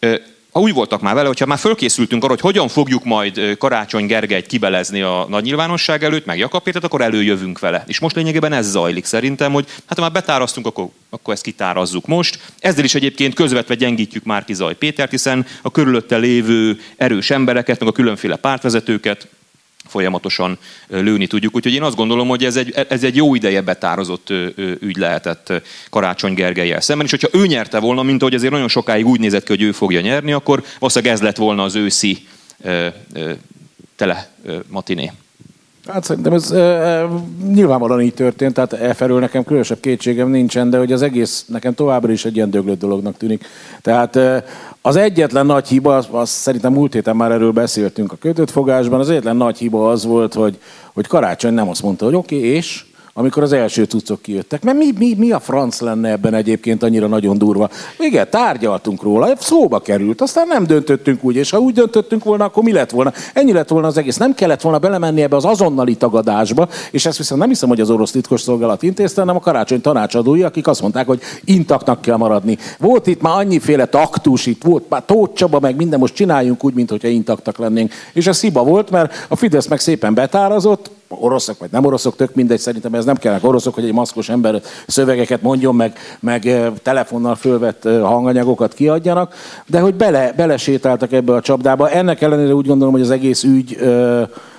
úgy voltak már vele, hogyha már fölkészültünk arra, hogy hogyan fogjuk majd Karácsony Gergelyt kibelezni a nagy nyilvánosság előtt, meg Jakab Pétert, akkor előjövünk vele. És most lényegében ez zajlik szerintem, hogy hát ha már betáraztunk, akkor, akkor ezt kitárazzuk most. Ezzel is egyébként közvetve gyengítjük Márki-Zay Pétert, hiszen a körülötte lévő erős embereket, meg a különféle pártvezetőket folyamatosan lőni tudjuk. Úgyhogy én azt gondolom, hogy ez egy, ez egy jó ideje betározott ügy lehetett Karácsony Gergellyel szemben, és hogyha ő nyerte volna, mint ahogy azért nagyon sokáig úgy nézett ki, hogy ő fogja nyerni, akkor valószínűleg ez lett volna az őszi ö, ö, tele ö, matiné. Hát szerintem ez e, nyilvánvalóan így történt, tehát elfelől nekem különösebb kétségem nincsen, de hogy az egész nekem továbbra is egy ilyen döglött dolognak tűnik. Tehát e, az egyetlen nagy hiba, az, az szerintem múlt héten már erről beszéltünk a kötött fogásban, az egyetlen nagy hiba az volt, hogy, hogy Karácsony nem azt mondta, hogy oké, okay, és... amikor az első cuccok kijöttek. Mert mi, mi, mi a franc lenne ebben egyébként annyira nagyon durva? Igen, tárgyaltunk róla, szóba került, aztán nem döntöttünk úgy, és ha úgy döntöttünk volna, akkor mi lett volna? Ennyi lett volna az egész. Nem kellett volna belemenni ebbe az azonnali tagadásba, és ezt viszont nem hiszem, hogy az orosz titkosszolgálat intézte, hanem a Karácsony tanácsadói, akik azt mondták, hogy intaktnak kell maradni. Volt itt már annyiféle taktus, itt volt már Tóth Csaba, meg minden, most csináljunk úgy, mintha intaktak lennénk. És ez hiba volt, mert a Fidesz meg szépen betárazott, oroszok vagy nem oroszok, tök mindegy, szerintem ez nem kellene oroszok, hogy egy maszkos ember szövegeket mondjon, meg, meg telefonnal fölvett hanganyagokat kiadjanak, de hogy bele, belesétáltak ebbe a csapdába. Ennek ellenére úgy gondolom, hogy az egész ügy ö,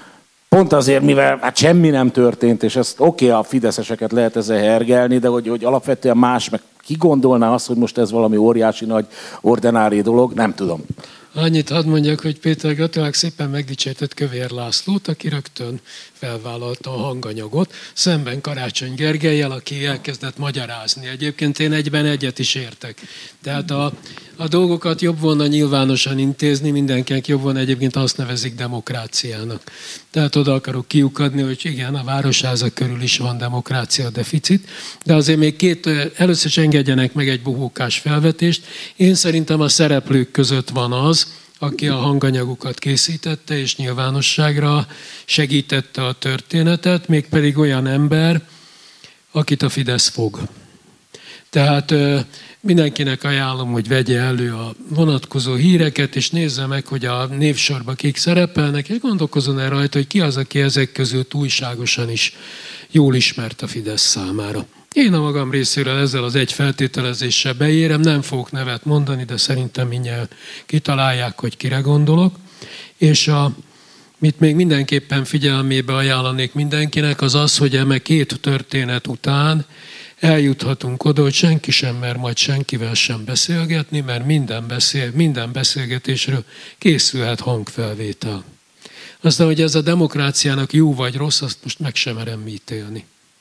pont azért, mivel hát semmi nem történt, és ezt oké, okay, a fideszeseket lehet ezzel hergelni, de hogy, hogy alapvetően más, meg ki gondolná azt, hogy most ez valami óriási nagy ordinári dolog, nem tudom. Annyit hadd mondjak, hogy Péter, gratulálok, szépen megdicsértett Kövér Lászlót, aki rögtön felvállalta a hanganyagot, szemben Karácsony Gergellyel, aki elkezdett magyarázni. Egyébként én egyben egyet is értek. Tehát a, a dolgokat jobb volna nyilvánosan intézni, mindenkinek jobb volna, egyébként azt nevezik demokráciának. Tehát oda akarok kiukadni, hogy igen, a városházak körül is van demokrácia deficit, de azért még két, először is engedjenek meg egy bohókás felvetést. Én szerintem a szereplők között van az, aki a hanganyagukat készítette és nyilvánosságra segítette a történetet, mégpedig olyan ember, akit a Fidesz fog. Tehát mindenkinek ajánlom, hogy vegye elő a vonatkozó híreket, és nézze meg, hogy a névsorban kik szerepelnek, és gondolkozzon el rajta, hogy ki az, aki ezek között újságosan is jól ismert a Fidesz számára. Én a magam részéről ezzel az egy feltételezéssel beérem, nem fogok nevet mondani, de szerintem mindjárt kitalálják, hogy kire gondolok. És a, mit még mindenképpen figyelmébe ajánlanék mindenkinek, az az, hogy eme két történet után eljuthatunk oda, hogy senki sem mer majd senkivel sem beszélgetni, mert minden, beszél, minden beszélgetésről készülhet hangfelvétel. Aztán, hogy ez a demokráciának jó vagy rossz, azt most meg sem merem ítélni.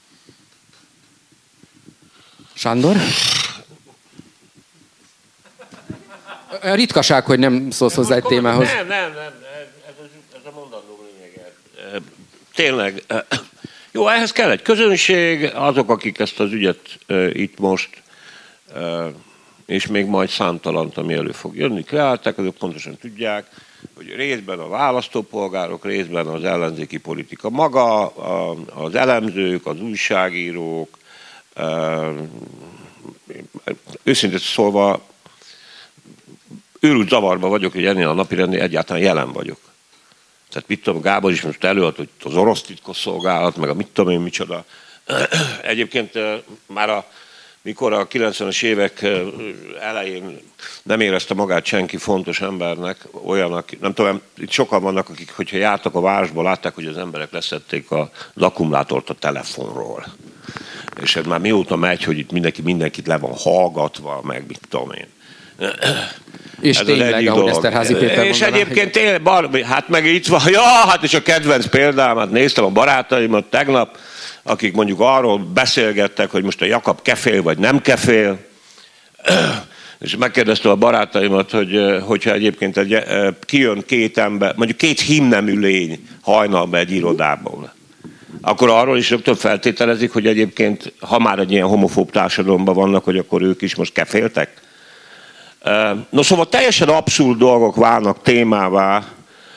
Sándor? Ritkaság, hogy nem szólsz hozzá egy témához. Nem, nem, nem, ez, ez a mondandó lényeg. Tényleg, jó, ehhez kell egy közönség, azok, akik ezt az ügyet itt most, és még majd számtalant, ami elő fog jönni, kreálták, azok pontosan tudják, hogy részben a választópolgárok, részben az ellenzéki politika maga, az elemzők, az újságírók, őszintén szólva őrült zavarba vagyok, hogy ennél a napirendnél egyáltalán jelen vagyok. Tehát mit tudom, Gábor is most előad, hogy az orosz titkosszolgálat, meg a mit tudom én micsoda. Egyébként már a, mikor a kilencvenes évek elején nem érezte magát senki fontos embernek, olyanak, nem tudom, itt sokan vannak, akik, hogyha jártak a városba, látták, hogy az emberek leszették az akkumulátort a telefonról. És ez már mióta megy, hogy itt mindenki mindenkit le van hallgatva, meg mit tudom én. És ez tényleg, ahogy Eszterházy Péter és mondaná, egyébként tényleg, bar, hát meg itt van, ja, hát és a kedvenc példám, hát néztem a barátaimat tegnap, akik mondjuk arról beszélgettek, hogy most a Jakab kefél, vagy nem kefél, és megkérdeztem a barátaimat, hogy hogyha egyébként egy, kijön két ember, mondjuk két hímnemű lény hajnalba egy irodából, akkor arról is rögtön feltételezik, hogy egyébként, ha már egy ilyen homofób társadalomban vannak, hogy akkor ők is most keféltek. No, szóval teljesen abszurd dolgok válnak témává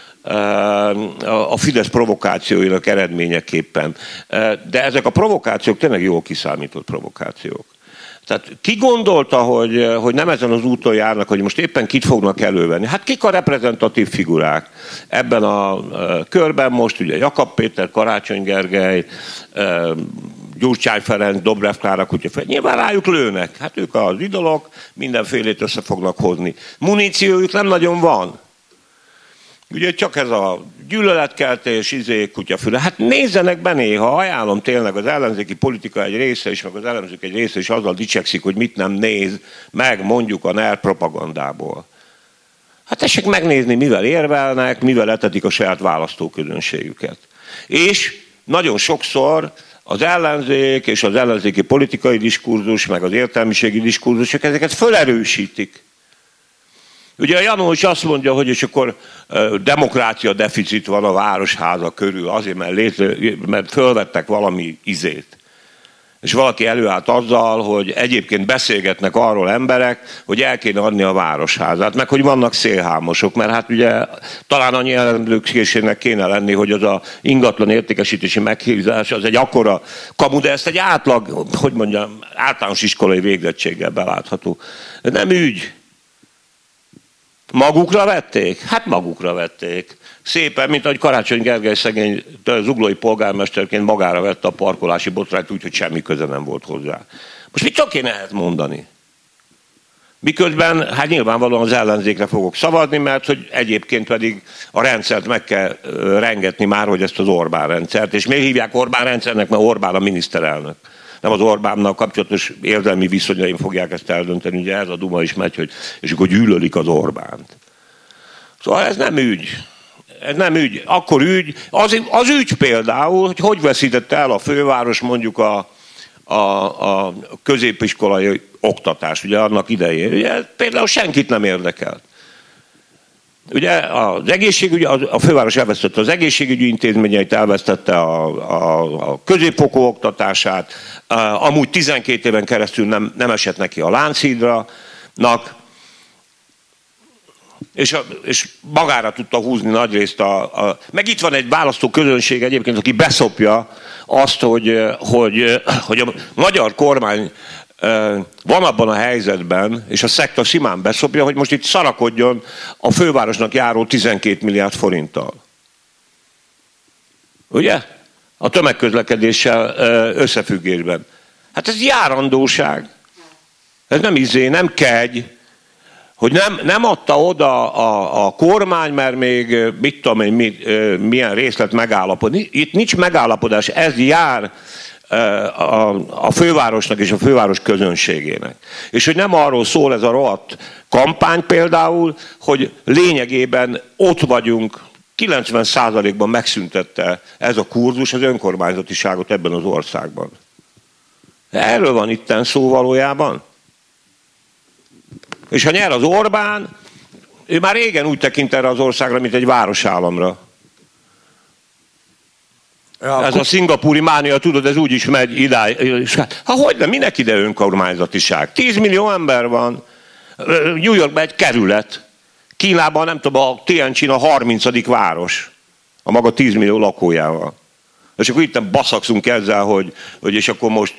a Fidesz provokációinak eredményeképpen. De ezek a provokációk tényleg jól kiszámított provokációk. Tehát ki gondolta, hogy, hogy nem ezen az úton járnak, hogy most éppen kit fognak elővenni? Hát kik a reprezentatív figurák? Ebben a körben most ugye Jakab Péter, Karácsony Gergely, Gyurcsány Ferenc, Dobrev Klára, Kutyafej. Nyilván rájuk lőnek. Hát ők az idolok, mindenfélét össze fognak hozni. Muníciójuk nem nagyon van. Ugye csak ez a gyűlöletkeltés, izé, kutyafüle. Hát nézzenek be néha, ajánlom tényleg, az ellenzéki politika egy része is, meg az elemzők egy része is azzal dicsekszik, hogy mit nem néz meg mondjuk a NER propagandából. Hát tessék megnézni, mivel érvelnek, mivel etetik a saját választóközönségüket. És nagyon sokszor az ellenzék és az ellenzéki politikai diskurzus, meg az értelmiségi diskurzusok ezeket felerősítik. Ugye a Janó is azt mondja, hogy és akkor demokrácia deficit van a városháza körül, azért, mert, létre, mert fölvettek valami izét. És valaki előállt azzal, hogy egyébként beszélgetnek arról emberek, hogy el kéne adni a városházát, meg hogy vannak szélhámosok, mert hát ugye talán annyi ellenőrzésének kéne lenni, hogy az a ingatlan értékesítési meghívás az egy akkora kamu, de ezt egy átlag, hogy mondjam, általános iskolai végzettséggel belátható. Nem ügy. Magukra vették? Hát magukra vették. Szépen, mint ahogy Karácsony Gergely szegény zuglói polgármesterként magára vette a parkolási botrányt úgy, hogy semmi köze nem volt hozzá. Most mit csak kéne ehhez mondani? Miközben hát nyilvánvalóan az ellenzékre fogok szavazni, mert hogy egyébként pedig a rendszert meg kell rengetni már, hogy ezt az Orbán rendszert. És miért hívják Orbán rendszernek? Mert Orbán a miniszterelnök. Nem az Orbánnal kapcsolatos érzelmi viszonyaim fogják ezt eldönteni. Ugye ez a duma is megy, hogy és akkor gyűlölik az Orbánt. Szóval ez nem ügy. Ez nem ügy. Akkor ügy. Az, az ügy például, hogy hogy veszítette el a főváros mondjuk a, a, a középiskolai oktatást, ugye annak idején. Ugye például senkit nem érdekelt. Ugye az egészségügy, a főváros elvesztette az egészségügyi intézményeit, elvesztette a, a, a középfokú oktatását, amúgy tizenkét éven keresztül nem, nem esett neki a Lánchídra-nak, és, a, és magára tudta húzni nagyrészt a, a... Meg itt van egy választó közönség egyébként, aki beszopja azt, hogy, hogy, hogy a magyar kormány van abban a helyzetben, és a szekta simán beszopja, hogy most itt szarakodjon a fővárosnak járó tizenkét milliárd forinttal. Ugye? A tömegközlekedéssel összefüggésben. Hát ez járandóság. Ez nem izé, nem kegy, hogy nem, nem adta oda a, a kormány, mert még mit tudom én, mit, milyen részlet megállapodni. Itt nincs megállapodás, ez jár A, a fővárosnak és a főváros közönségének. És hogy nem arról szól ez a rohadt kampány például, hogy lényegében ott vagyunk, kilencven százalékban megszüntette ez a kurzus az önkormányzatiságot ebben az országban. Erről van itten szó valójában. És ha nyer az Orbán, ő már régen úgy tekint erre az országra, mint egy városállamra. Ja, ez a szingapúri mánia, tudod, ez úgy is megy idáig. Hát, ha hogy nem, minek ide önkormányzatiság? tíz millió ember van. New Yorkban egy kerület. Kínában, nem tudom, a Tianjin a harmincadik város. A maga tíz millió lakójával. És akkor itt baszakszunk ezzel, hogy, hogy és akkor most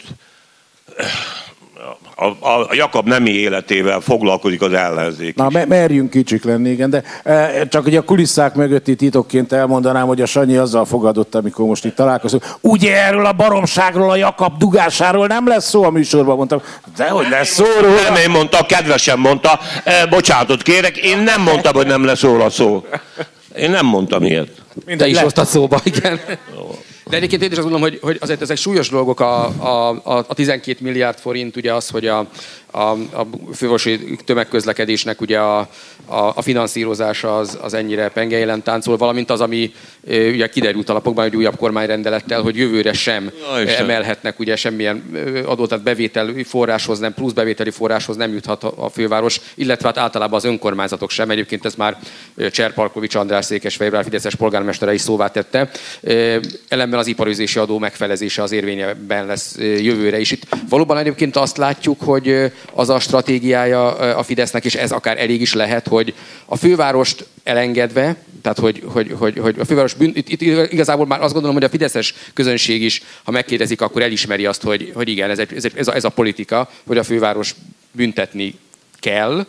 a, a, a Jakab nemi életével foglalkozik az ellenzék. Na, me- merjünk kicsik lenni, igen, de e, csak ugye a kulisszák mögötti titokként elmondanám, hogy a Sanyi azzal fogadott, amikor most itt találkozunk. Ugye erről a baromságról, a Jakab dugásáról nem lesz szó a műsorban, mondtam. Dehogy lesz szó róla. Nem én mondta, kedvesen mondta. E, bocsánatot kérek, én nem mondtam, hogy nem lesz róla szó. Én nem mondtam ilyet. Te is hoztad szóba, igen. De egyébként én is azt gondolom, hogy, hogy azért ezek súlyos dolgok, a, a, a tizenkét milliárd forint, ugye az, hogy a, a, a fővárosi tömegközlekedésnek ugye a, a, a finanszírozása az, az ennyire pengejelen táncol, valamint az, ami ugye kiderült a lapokban egy újabb kormányrendelettel, hogy jövőre sem ja, emelhetnek ugye semmilyen adót, tehát bevételi forráshoz, nem plusz bevételi forráshoz nem juthat a főváros, illetve hát általában az önkormányzatok sem. Egyébként ez már Cserpalkovics András Székesfehérvár fideszes polgármestere is szóvá tette. Ellenben az iparüzési adó megfelezése az érvényben lesz jövőre is. Itt valóban egyébként azt látjuk, hogy az a stratégiája a Fidesznek, és ez akár elég is lehet, hogy a fővárost elengedve, tehát hogy, hogy, hogy, hogy a főváros bűn, itt, itt igazából már azt gondolom, hogy a fideszes közönség is, ha megkérdezik, akkor elismeri azt, hogy, hogy igen, ez, egy, ez, a, ez a politika, hogy a főváros büntetni kell,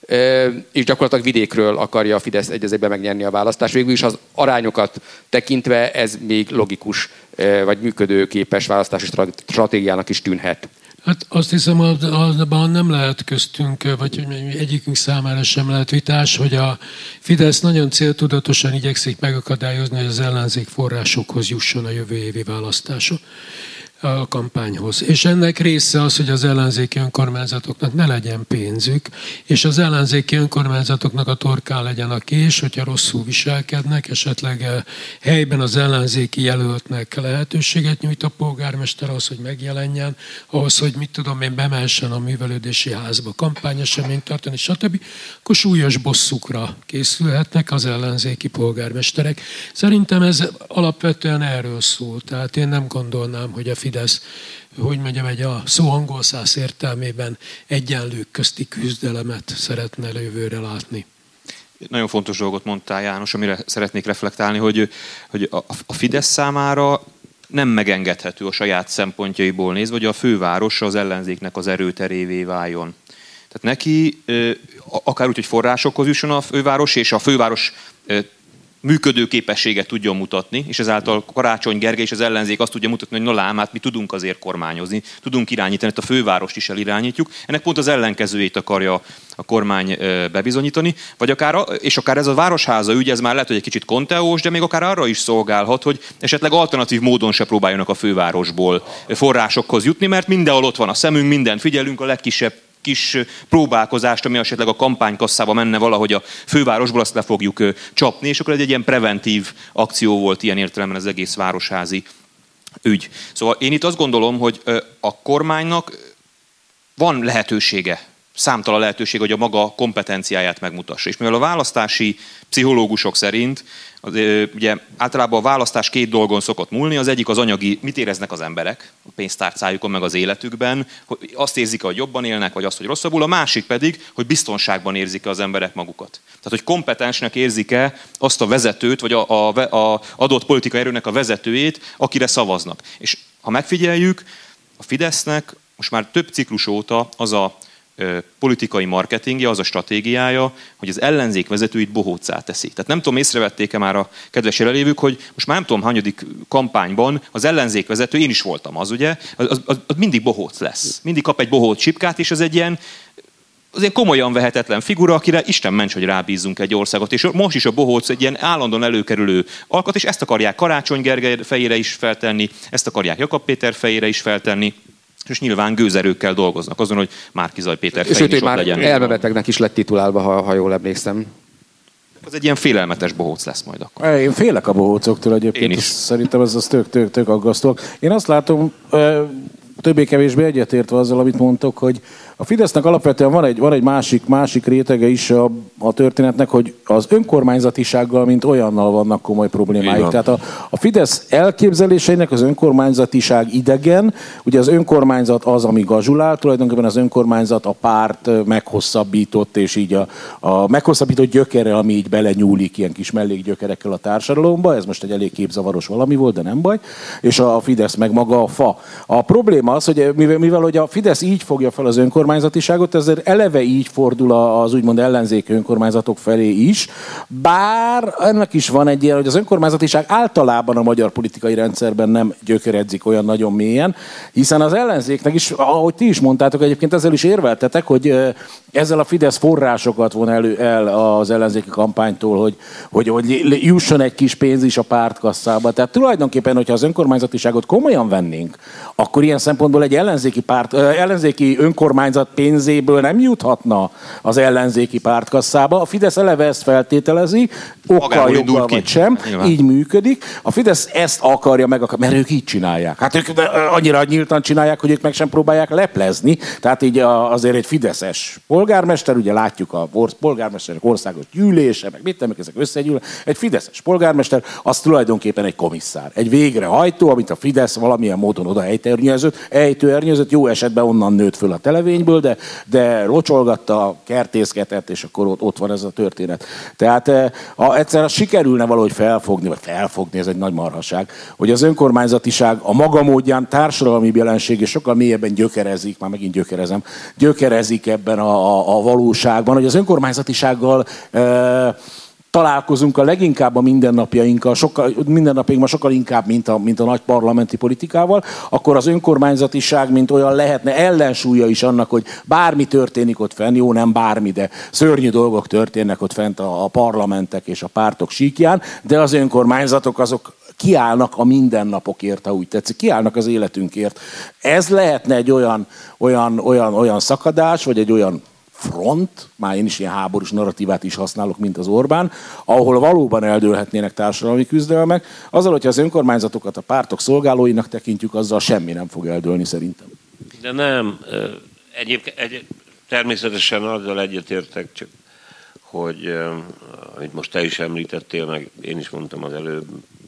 és gyakorlatilag vidékről akarja a Fidesz egyezében megnyerni a választást. Végül is az arányokat tekintve ez még logikus, vagy működőképes választási stratégiának is tűnhet. Hát azt hiszem, abban nem lehet köztünk, vagy egyikünk számára sem lehet vitás, hogy a Fidesz nagyon céltudatosan igyekszik megakadályozni, hogy az ellenzék forrásokhoz jusson a jövő évi választáson, a kampányhoz. És ennek része az, hogy az ellenzéki önkormányzatoknak ne legyen pénzük, és az ellenzéki önkormányzatoknak a torkán legyen a kés, hogyha rosszul viselkednek, esetleg helyben az ellenzéki jelöltnek lehetőséget nyújt a polgármester ahhoz, hogy megjelenjen, ahhoz, hogy mit tudom én, bemehessen a művelődési házba kampányeseményt tartani, stb. Akkor súlyos bosszukra készülhetnek az ellenzéki polgármesterek. Szerintem ez alapvetően erről szól. Tehát én nem gondolnám, hogy a Fidesz, hogy mondjam, egy a szó angol száz értelmében egyenlők közti küzdelemet szeretne jövőre látni. Nagyon fontos dolgot mondtál, János, amire szeretnék reflektálni, hogy, hogy a, a Fidesz számára nem megengedhető a saját szempontjaiból nézve, hogy a főváros az ellenzéknek az erőterévé váljon. Tehát neki akár úgy, hogy forrásokhoz jusson a főváros, és a főváros működő képességet tudjon mutatni, és ezáltal Karácsony Gergely és az ellenzék azt tudja mutatni, hogy no lám, hát mi tudunk azért kormányozni, tudunk irányítani, a fővárost is elirányítjuk. Ennek pont az ellenkezőjét akarja a kormány bebizonyítani, vagy akár, és akár ez a Városháza ügy, ez már lehet, hogy egy kicsit konteós, de még akár arra is szolgálhat, hogy esetleg alternatív módon se próbáljanak a fővárosból forrásokhoz jutni, mert mindenhol ott van a szemünk, mindent figyelünk, a legkisebb kis próbálkozást, ami esetleg a kampánykasszába menne valahogy a fővárosból, azt le fogjuk csapni, és akkor ez egy ilyen preventív akció volt ilyen értelemben az egész városházi ügy. Szóval én itt azt gondolom, hogy a kormánynak van lehetősége, számtalan lehetőség, hogy a maga kompetenciáját megmutassa. És mivel a választási pszichológusok szerint az, ugye általában a választás két dolgon szokott múlni, az egyik az anyagi, mit éreznek az emberek a pénztárcájukon, meg az életükben, hogy azt érzik, hogy jobban élnek, vagy azt, hogy rosszabbul, a másik pedig, hogy biztonságban érzik-e az emberek magukat. Tehát, hogy kompetensnek érzik-e azt a vezetőt, vagy a, a, a adott politikai erőnek a vezetőjét, akire szavaznak. És ha megfigyeljük, a Fidesznek most már több ciklus óta az a politikai marketingje, az a stratégiája, hogy az ellenzék vezetőit bohóccá teszi. Tehát nem tudom, észrevették-e már a kedves jelenlévők, hogy most már nem tudom, hanyadik kampányban az ellenzék vezető, én is voltam az, ugye, az, az, az mindig bohóc lesz. Mindig kap egy bohóc csipkát, és az egy ilyen, az ilyen komolyan vehetetlen figura, akire Isten ments, hogy rábízzunk egy országot. És most is a bohóc egy ilyen állandóan előkerülő alkat, és ezt akarják Karácsony Gergely fejére is feltenni, ezt akarják Jakab Péter fejére is feltenni, és nyilván gőzerőkkel dolgoznak azon, hogy Márki-Zay Péter fején is ott már legyen. elmebetegnek is lett titulálva, ha, ha jól emlékszem. Az egy ilyen félelmetes bohóc lesz majd akkor. Én félek a bohócoktól egyébként. Én is. Szerintem ez az tök, tök, tök aggasztó. Én azt látom, többé-kevésbé egyetértve azzal, amit mondtok, hogy a Fidesznek alapvetően van egy, van egy másik, másik rétege is a, a történetnek, hogy az önkormányzatisággal, mint olyannal vannak komoly problémáik. Tehát a, a Fidesz elképzeléseinek az önkormányzatiság idegen, ugye az önkormányzat az, ami gazsulál, tulajdonképpen az önkormányzat a párt meghosszabbított, és így a, a meghosszabbított gyökere, ami így belenyúlik ilyen kis mellékgyökerekkel a társadalomba, ez most egy elég képzavaros valami volt, de nem baj, és a Fidesz meg maga a fa. A probléma az, hogy mivel, mivel hogy a Fidesz így fogja fel az önkormányzat, önkormányzatiságot, ezért eleve így fordul az úgymond ellenzéki önkormányzatok felé is, bár ennek is van egy ilyen, hogy az önkormányzatiság általában a magyar politikai rendszerben nem gyökeredzik olyan nagyon mélyen, hiszen az ellenzéknek is, ahogy ti is mondtátok, egyébként ezzel is érveltetek, hogy ezzel a Fidesz forrásokat von elő el az ellenzéki kampánytól, hogy, hogy, hogy jusson egy kis pénz is a pártkasszába. Tehát tulajdonképpen, hogyha az önkormányzatiságot komolyan vennénk, akkor ilyen szempontból egy ellenzéki párt, ellenzéki önkormányzat pénzéből nem juthatna az ellenzéki pártkasszába. A Fidesz eleve ezt feltételezi, okkal, joggal vagy sem, nyilván. Így működik. A Fidesz ezt akarja meg, mert ők így csinálják. Hát ők annyira nyíltan csinálják, hogy ők meg sem próbálják leplezni. Tehát így azért egy fideszes polgármester, ugye látjuk a polgármesterek országos gyűlése, meg mit nem, ezek összegyűl. Egy fideszes polgármester, az tulajdonképpen egy komisszár. Egy végrehajtó, amit a Fidesz valamilyen módon oda ejtőernyőzött, ejtőernyőzött, jó esetben onnan nőtt föl a televényből, de, de locsolgatta, kertészkedett, és akkor ott, ott van ez a történet. Tehát ha egyszer sikerülne valahogy felfogni, vagy felfogni, ez egy nagy marhaság, hogy az önkormányzatiság a maga módján társadalmi jelenség, és sokkal mélyebben gyökerezik, már megint gyökerezem, gyökerezik ebben a, a, a valóságban, hogy az önkormányzatisággal e, találkozunk a leginkább a mindennapjainkkal, sokkal, mindennapjainkban sokkal inkább, mint a, mint a nagy parlamenti politikával, akkor az önkormányzatiság, mint olyan lehetne ellensúlya is annak, hogy bármi történik ott fenn, jó, nem bármi, de szörnyű dolgok történnek ott fent a, a parlamentek és a pártok síkján, de az önkormányzatok azok kiállnak a mindennapokért, ha úgy tetszik, kiállnak az életünkért. Ez lehetne egy olyan, olyan, olyan, olyan szakadás, vagy egy olyan front, már én is ilyen háborús narratívát is használok, mint az Orbán, ahol valóban eldőlhetnének társadalmi küzdelmek, azzal, hogyha az önkormányzatokat a pártok szolgálóinak tekintjük, azzal semmi nem fog eldőlni szerintem. De nem, egyébként egy, természetesen azzal egyetértek, csak hogy amit most te is említettél, meg én is mondtam az előbb,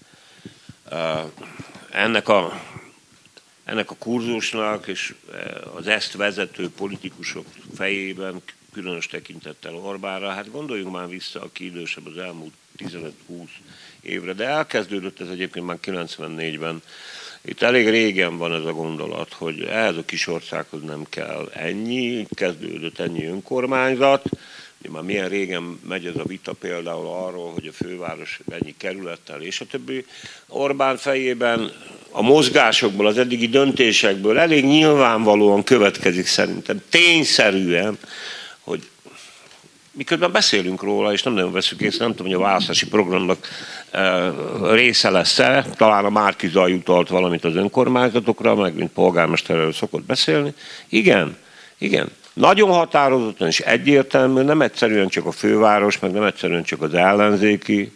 ennek a Ennek a kurzusnak és az ezt vezető politikusok fejében, különös tekintettel Orbánra, hát gondoljunk már vissza, aki idősebb az elmúlt tizenöt-húsz évre, de elkezdődött ez egyébként már kilencvennégyben. Itt elég régen van ez a gondolat, hogy ehhez a kis országhoz nem kell ennyi, kezdődött ennyi önkormányzat, Már milyen régen megy ez a vita például arról, hogy a főváros ennyi kerülettel és a többi. Orbán fejében a mozgásokból, az eddigi döntésekből elég nyilvánvalóan következik szerintem, tényszerűen, hogy miközben beszélünk róla, és nem nagyon veszük észre, nem tudom, hogy a választási programnak része lesz-e, talán a Márki-Zay utalt valamit az önkormányzatokra, meg mint polgármesterről szokott beszélni. Igen, igen. Nagyon határozottan és egyértelmű, nem egyszerűen csak a főváros, meg nem egyszerűen csak az ellenzéki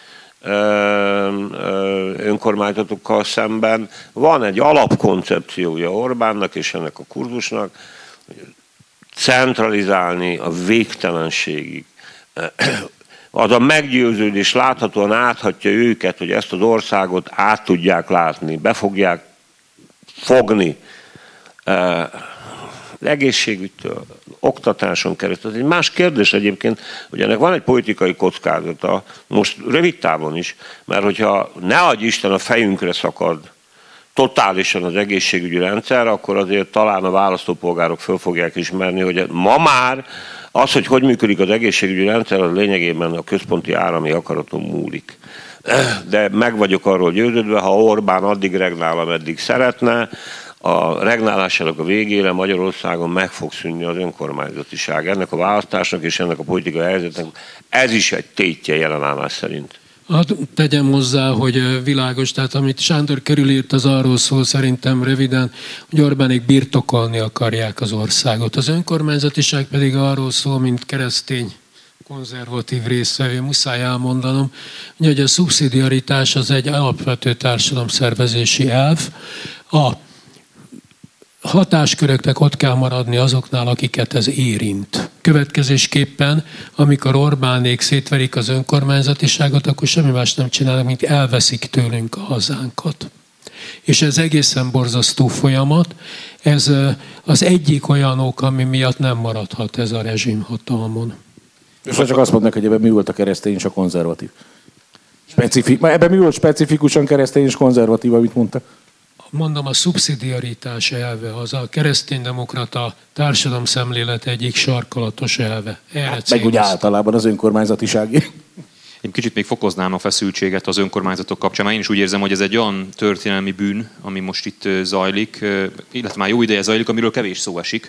önkormányzatokkal szemben. Van egy alapkoncepciója Orbánnak és ennek a kurzusnak, centralizálni a végtelenségig. Az a meggyőződés láthatóan áthatja őket, hogy ezt az országot át tudják látni, be fogják fogni egészségügytől, oktatáson keresztül. Ez egy más kérdés egyébként, hogy ennek van egy politikai kockázata, most rövid távon is, mert hogyha ne adj Isten a fejünkre szakad totálisan az egészségügyi rendszer, akkor azért talán a választópolgárok föl fogják ismerni, hogy ma már az, hogy hogy működik az egészségügyi rendszer, az lényegében a központi állami akaraton múlik. De meg vagyok arról győződve, ha Orbán addig regnál, ameddig szeretne, a regnálásának a végére Magyarországon meg fog szűnni az önkormányzatiság. Ennek a választásnak és ennek a politikai helyzetnek ez is egy tétje jelen állás szerint. Hadd tegyem hozzá, hogy világos, tehát amit Sándor körülírt, az arról szól szerintem röviden, hogy Orbánék birtokolni akarják az országot. Az önkormányzatiság pedig arról szól, mint keresztény konzervatív résztvevő, muszáj elmondanom, hogy a szubszidiaritás az egy alapvető társadalomszervezési elv. A hatásköröknek ott kell maradni azoknál, akiket ez érint. Következésképpen, amikor Orbánék szétverik az önkormányzatiságot, akkor semmi más nem csinálnak, mint elveszik tőlünk a hazánkat. És ez egészen borzasztó folyamat. Ez az egyik olyan ok, ami miatt nem maradhat ez a rezsim hatalmon. És csak azt mondnak, hogy ebben mi volt a keresztény és a konzervatív. Specifik, ebben mi volt specifikusan keresztény és konzervatív, amit mondta? Mondom, a szubszidiaritás elve, az a kereszténydemokrata társadalomszemlélet egyik sarkalatos elve. Hát meg úgy általában az önkormányzatisági. Én kicsit még fokoznám a feszültséget az önkormányzatok kapcsán. Én is úgy érzem, hogy ez egy olyan történelmi bűn, ami most itt zajlik, illetve már jó ideje zajlik, amiről kevés szó esik.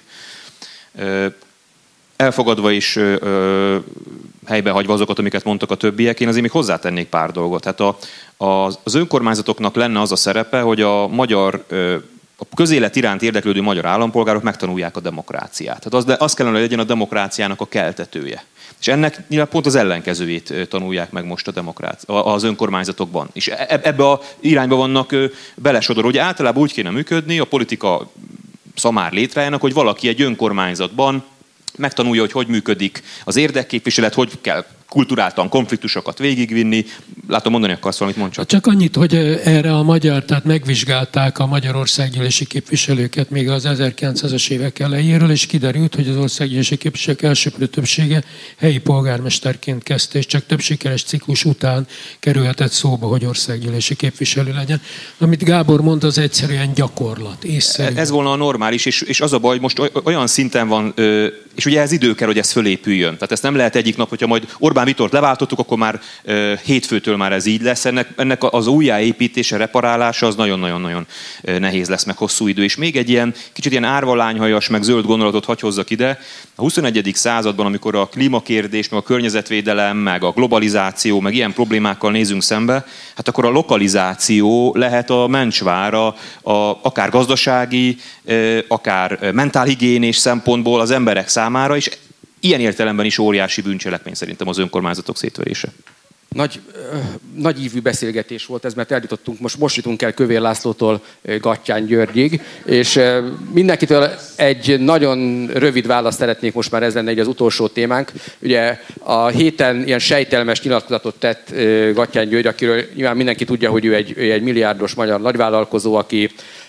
Elfogadva is ö, helybe hagyva azokat, amiket mondtak a többiek, én azért még hozzátennék pár dolgot. Hát a, a, az önkormányzatoknak lenne az a szerepe, hogy a magyar, ö, a közélet iránt érdeklődő magyar állampolgárok megtanulják a demokráciát. Tehát az, de az kellene, hogy legyen a demokráciának a keltetője. És ennek pont az ellenkezőjét tanulják meg most a demokráci- az önkormányzatokban. És ebbe a irányba vannak belesodorva. Ugye általában úgy kéne működni a politika szamár létrájának, hogy valaki egy önkormányzatban megtanulja, hogy hogy működik az érdekképviselet, hogy kell kulturáltan konfliktusokat végigvinni. Látom, mondani akarsz valamit, mondj csak. Csak annyit, hogy erre a magyar, tehát megvizsgálták a magyar országgyűlési képviselőket még az ezerkilencszázas évek elejéről, és kiderült, hogy az országgyűlési képviselők elsőprő többsége helyi polgármesterként kezdte, és csak több sikeres ciklus után kerülhetett szóba, hogy országgyűlési képviselő legyen. Amit Gábor mond, az egyszerűen gyakorlat, észszerű. Ez volna a normális, és, és az a baj, hogy most olyan szinten van, és ugye ez idő kell, hogy ez fölépüljön. Tehát ezt nem lehet egyik nap, hogyha majd Orbán Viktort leváltottuk, akkor már hétfőtől már ez így lesz. Ennek, ennek az újjáépítése, reparálása az nagyon-nagyon-nagyon nehéz lesz, meg hosszú idő. És még egy ilyen kicsit ilyen árvalányhajas, meg zöld gondolatot hagy hozzak ide. A huszonegyedik században, amikor a klímakérdés, meg a környezetvédelem, meg a globalizáció, meg ilyen problémákkal nézünk szembe, hát akkor a lokalizáció lehet a mencsvár, a, a, akár gazdasági, akár mentálhigiénés szempontból az emberek számára, és ilyen értelemben is óriási bűncselekmény szerintem az önkormányzatok szétverése. Nagy, nagy ívű beszélgetés volt ez, mert eljutottunk, most, most jutunk el Kövér Lászlótól Gattyán Györgyig, és mindenkitől egy nagyon rövid választ szeretnék, most már ez lenne egy az utolsó témánk. Ugye a héten ilyen sejtelmes nyilatkozatot tett Gattyán György, akiről nyilván mindenki tudja, hogy ő egy, ő egy milliárdos magyar nagyvállalkozó, aki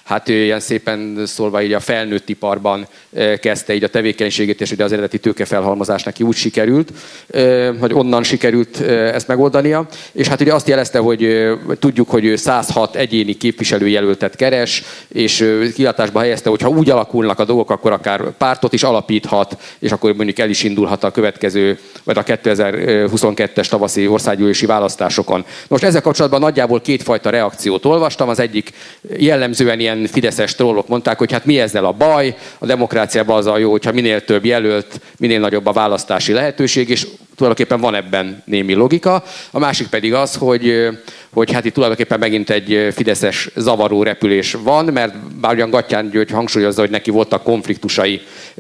hát ő ilyen szépen szólva így a felnőtt iparban kezdte így a tevékenységét, és ugye az eredeti tőkefelhalmozás neki úgy sikerült, hogy onnan sikerült ezt megoldania. És hát ugye azt jelezte, hogy tudjuk, hogy ő száz hat egyéni képviselőjelöltet keres, és kilátásba helyezte, hogy ha úgy alakulnak a dolgok, akkor akár pártot is alapíthat, és akkor mondjuk el is indulhat a következő, vagy a kétezer-huszonkettes tavaszi országgyűlési választásokon. Most ezzel kapcsolatban nagyjából kétfajta reakciót olvastam. Az egyik jellemzően ilyen fideszes trollok mondták, hogy hát mi ezzel a baj, a demokráciában az a jó, hogyha minél több jelölt, minél nagyobb a választási lehetőség, és tulajdonképpen van ebben némi logika. A másik pedig az, hogy, hogy hát itt tulajdonképpen megint egy fideszes zavaró repülés van, mert bár ugyan Gattyán György hangsúlyozza, hogy neki voltak konfliktusai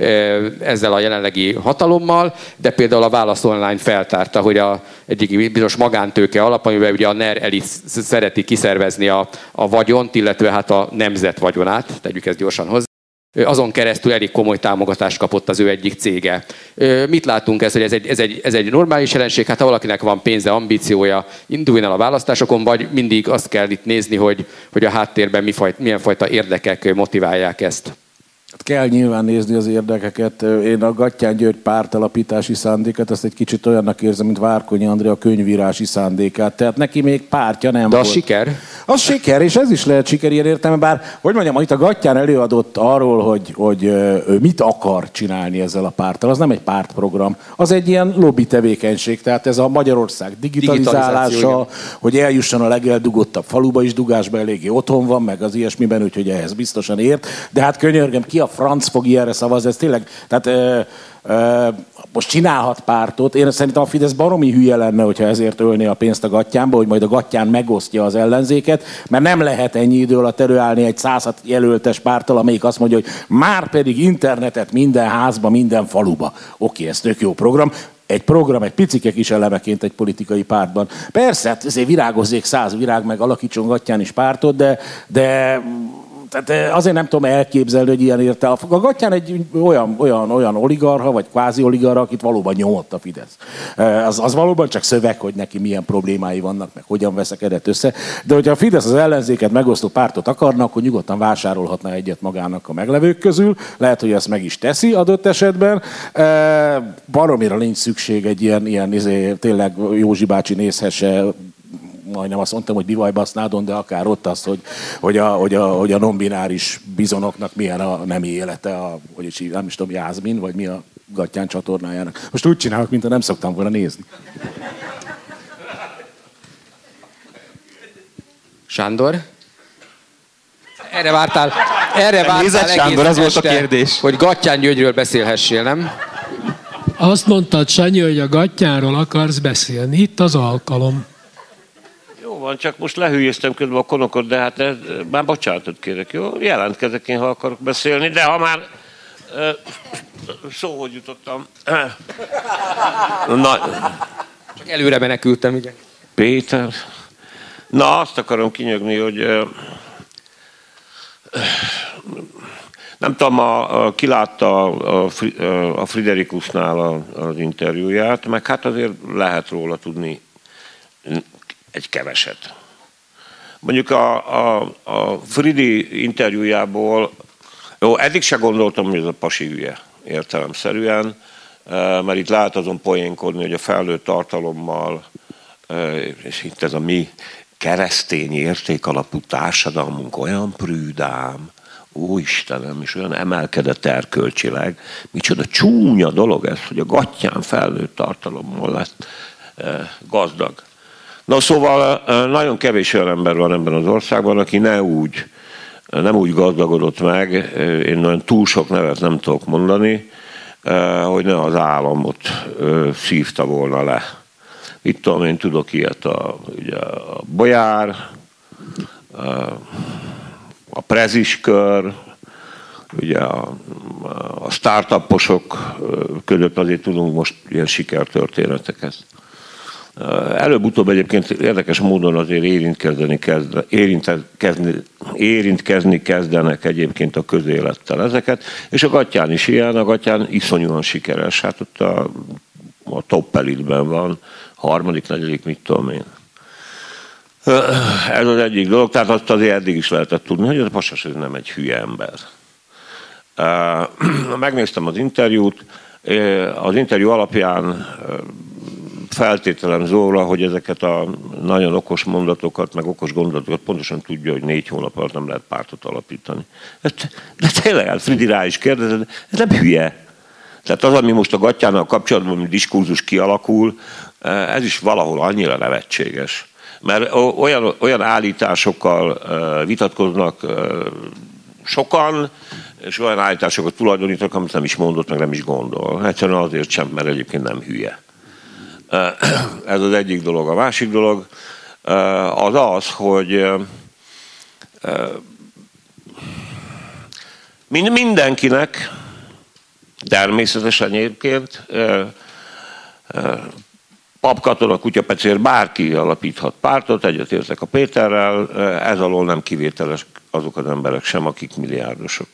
ezzel a jelenlegi hatalommal, de például a Válasz Online feltárta, hogy a egyik bizonyos magántőke alap, amiben ugye a NER elit szereti kiszervezni a, a vagyont, illetve hát a nemzet vagyonát, tegyük ezt gyorsan hozzá. Azon keresztül elég komoly támogatást kapott az ő egyik cége. Mit látunk ez, hogy ez egy, ez egy, ez egy normális jelenség? Hát ha valakinek van pénze, ambíciója, induljon el a választásokon, vagy mindig azt kell itt nézni, hogy, hogy a háttérben mi fajt, milyen fajta érdekek motiválják ezt? Hát kell nyilván nézni az érdekeket. Én a Gattyán György pártalapítási szándékát, azt egy kicsit olyannak érzem, mint Várkonyi Andrea könyvírási szándékát. Tehát neki még pártja nem De volt. az siker? Az siker, és ez is lehet siker ilyen értelemben, bár, hogy mondjam, itt a Gattyán előadott arról, hogy, hogy ő mit akar csinálni ezzel a párttal, az nem egy pártprogram, az egy ilyen lobby tevékenység, tehát ez a Magyarország digitalizálása, hogy eljusson a legeldugottabb faluba is, dugásban eléggé otthon van, meg az ilyesmiben, úgyhogy ehhez biztosan ért, de hát könyörgöm, ki a franc fog ilyenre szavazni, ez tényleg, tehát ö, ö, most csinálhat pártot. Én szerintem a Fidesz baromi hülye lenne, hogyha ezért ölné a pénzt a Gattyánba, hogy majd a Gattyán megosztja az ellenzéket, mert nem lehet ennyi idő alatt előállni egy százhat jelöltes párttal, amelyik azt mondja, hogy már pedig internetet minden házba, minden faluba. Oké, ez tök jó program. Egy program, egy picike kis elemeként egy politikai pártban. Persze, hát ezért virágozzék száz virág, meg alakítson Gattyán is pártot, de, de tehát azért nem tudom elképzelni, hogy ilyen érte. A Gattyán egy olyan, olyan, olyan oligarha, vagy kvázi oligarha, akit valóban nyomott a Fidesz. Az, az valóban csak szöveg, hogy neki milyen problémái vannak, meg hogyan veszekedett össze. De hogyha a Fidesz az ellenzéket megosztó pártot akarna, akkor nyugodtan vásárolhatna egyet magának a meglevők közül. Lehet, hogy ezt meg is teszi adott esetben. Baromira nincs szükség egy ilyen, ilyen izé, tényleg Józsi bácsi nézhesse, majdnem azt mondtam, hogy Bivajbasznádon, de akár ott azt, hogy, hogy, a, hogy, a, hogy a non-bináris bizonoknak milyen a nemi élete, a, hogy is, nem is tudom, Jászmin, vagy mi a Gattyán csatornájának. Most úgy csinálok, mintha nem szoktam volna nézni. Sándor? Erre vártál, erre vártál Nézett, Sándor, ez volt a kérdés. Hogy Gattyán Györgyről beszélhessél, nem? Azt mondtad, Sanyi, hogy a Gattyánról akarsz beszélni. Itt az alkalom. Jó van, csak most lehülyeztem közben a konokot, de hát ez, már bocsánatot kérek, jó? Jelentkezek én, ha akarok beszélni, de ha már szóhoz jutottam. Na, csak előre menekültem, igen. Péter. Na, azt akarom kinyögni, hogy nem tudom, a, a, ki látta a, a, a Friderikusnál az interjúját, meg hát azért lehet róla tudni egy keveset. Mondjuk a, a, a Fridi interjújából, jó, eddig se gondoltam, hogy ez a pasi hülye értelemszerűen, mert itt lehet azon poénkodni, hogy a felnőtt tartalommal, és itt ez a mi keresztény értékalapú társadalmunk olyan prűdám, ó Istenem, és olyan emelkedett erkölcsileg. Micsoda csúnya dolog ez, hogy a Gattyán felnőtt tartalommal lett gazdag. Na szóval nagyon kevés olyan ember van ebben az országban, aki ne úgy, nem úgy gazdagodott meg, én nagyon túl sok nevet nem tudok mondani, hogy ne az államot szívta volna le. Itt tudom, én tudok ilyet a, ugye, a Bolyár, a Preziskör, ugye a, a startuposok között azért tudunk most ilyen sikertörténeteket. Előbb-utóbb egyébként érdekes módon azért érintkezni, kezd, érintkezni, érintkezni kezdenek egyébként a közélettel ezeket, és a Gattyán is ilyen, a Gattyán iszonyúan sikeres, hát ott a, a top elitben van, harmadik, negyedik, mit tudom én. Ez az egyik dolog, tehát azt azért eddig is lehetett tudni, hogy ez a Pasas nem egy hülye ember. Megnéztem az interjút, az interjú alapján feltételem róla, hogy ezeket a nagyon okos mondatokat, meg okos gondolatokat pontosan tudja, hogy négy hónap alatt nem lehet pártot alapítani. De tényleg, hát Fridi rá is kérdezett, ez nem hülye. Tehát az, ami most a Gattyánnal kapcsolatban, ami diskurzus kialakul, ez is valahol annyira nevetséges. Mert olyan, olyan állításokkal vitatkoznak sokan, és olyan állításokat tulajdonítanak, amit nem is mondott, meg nem is gondol. Egyszerűen azért sem, mert egyébként nem hülye. Ez az egyik dolog. A másik dolog az az, hogy mindenkinek, természetesen egyébként, pap, katona, kutyapecér, bárki alapíthat pártot, egyetértek a Péterrel, ez alól nem kivételes azok az emberek sem, akik milliárdosok.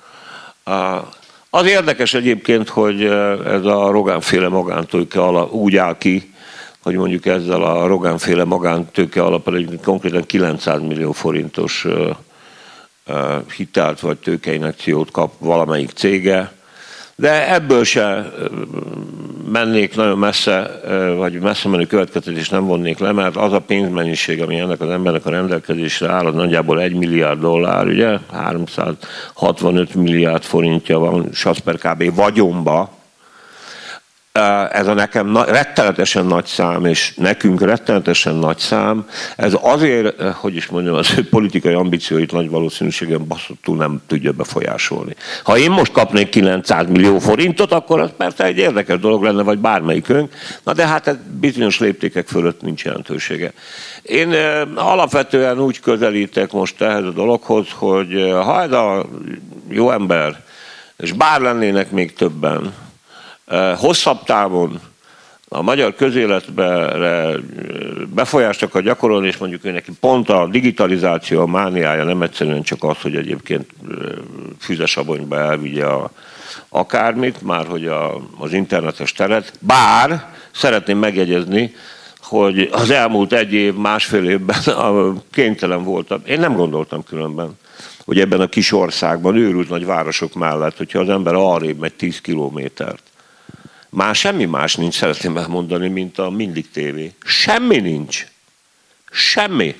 Az érdekes egyébként, hogy ez a Rogán-féle magántőke alap úgy áll ki, hogy mondjuk ezzel a Rogán-féle magántőke alappal egy konkrétan kilencszáz millió forintos hitelt vagy tőkeinjekciót kap valamelyik cége, de ebből se mennék nagyon messze, vagy messze menő következtetés nem vonnék le, mert az a pénzmennyiség, ami ennek az embernek a rendelkezésre áll, az nagyjából egy milliárd dollár, ugye, háromszázhatvanöt milliárd forintja van, Sasper kb. Vagyonba. Ez a nekem rettenetesen nagy szám, és nekünk rettenetesen nagy szám. Ez azért, hogy is mondjam, az ő politikai ambícióit nagy valószínűségen basszottul nem tudja befolyásolni. Ha én most kapnék kilencszáz millió forintot, akkor az persze egy érdekes dolog lenne, vagy bármelyikünk. Na de hát ez bizonyos léptékek fölött nincs jelentősége. Én alapvetően úgy közelítek most ehhez a dologhoz, hogy ha ez a jó ember, és bár lennének még többen, hosszabb távon a magyar közéletbe befolyást akar gyakorolni, és mondjuk ő neki pont a digitalizáció, a mániája nem egyszerűen csak az, hogy egyébként füzesabonyba elvigye a, akármit, már hogy a, az internetes teret. Bár szeretném megjegyezni, hogy az elmúlt egy év, másfél évben kénytelen voltam. Én nem gondoltam különben, hogy ebben a kis országban, őrült nagy városok mellett, hogyha az ember arrébb megy tíz kilométert, már semmi más nincs, szeretném elmondani, mint a Mindig tévé. Semmi nincs. Semmi.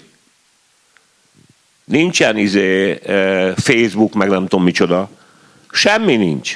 Nincsen izé, Facebook, meg nem tudom micsoda. Semmi nincs.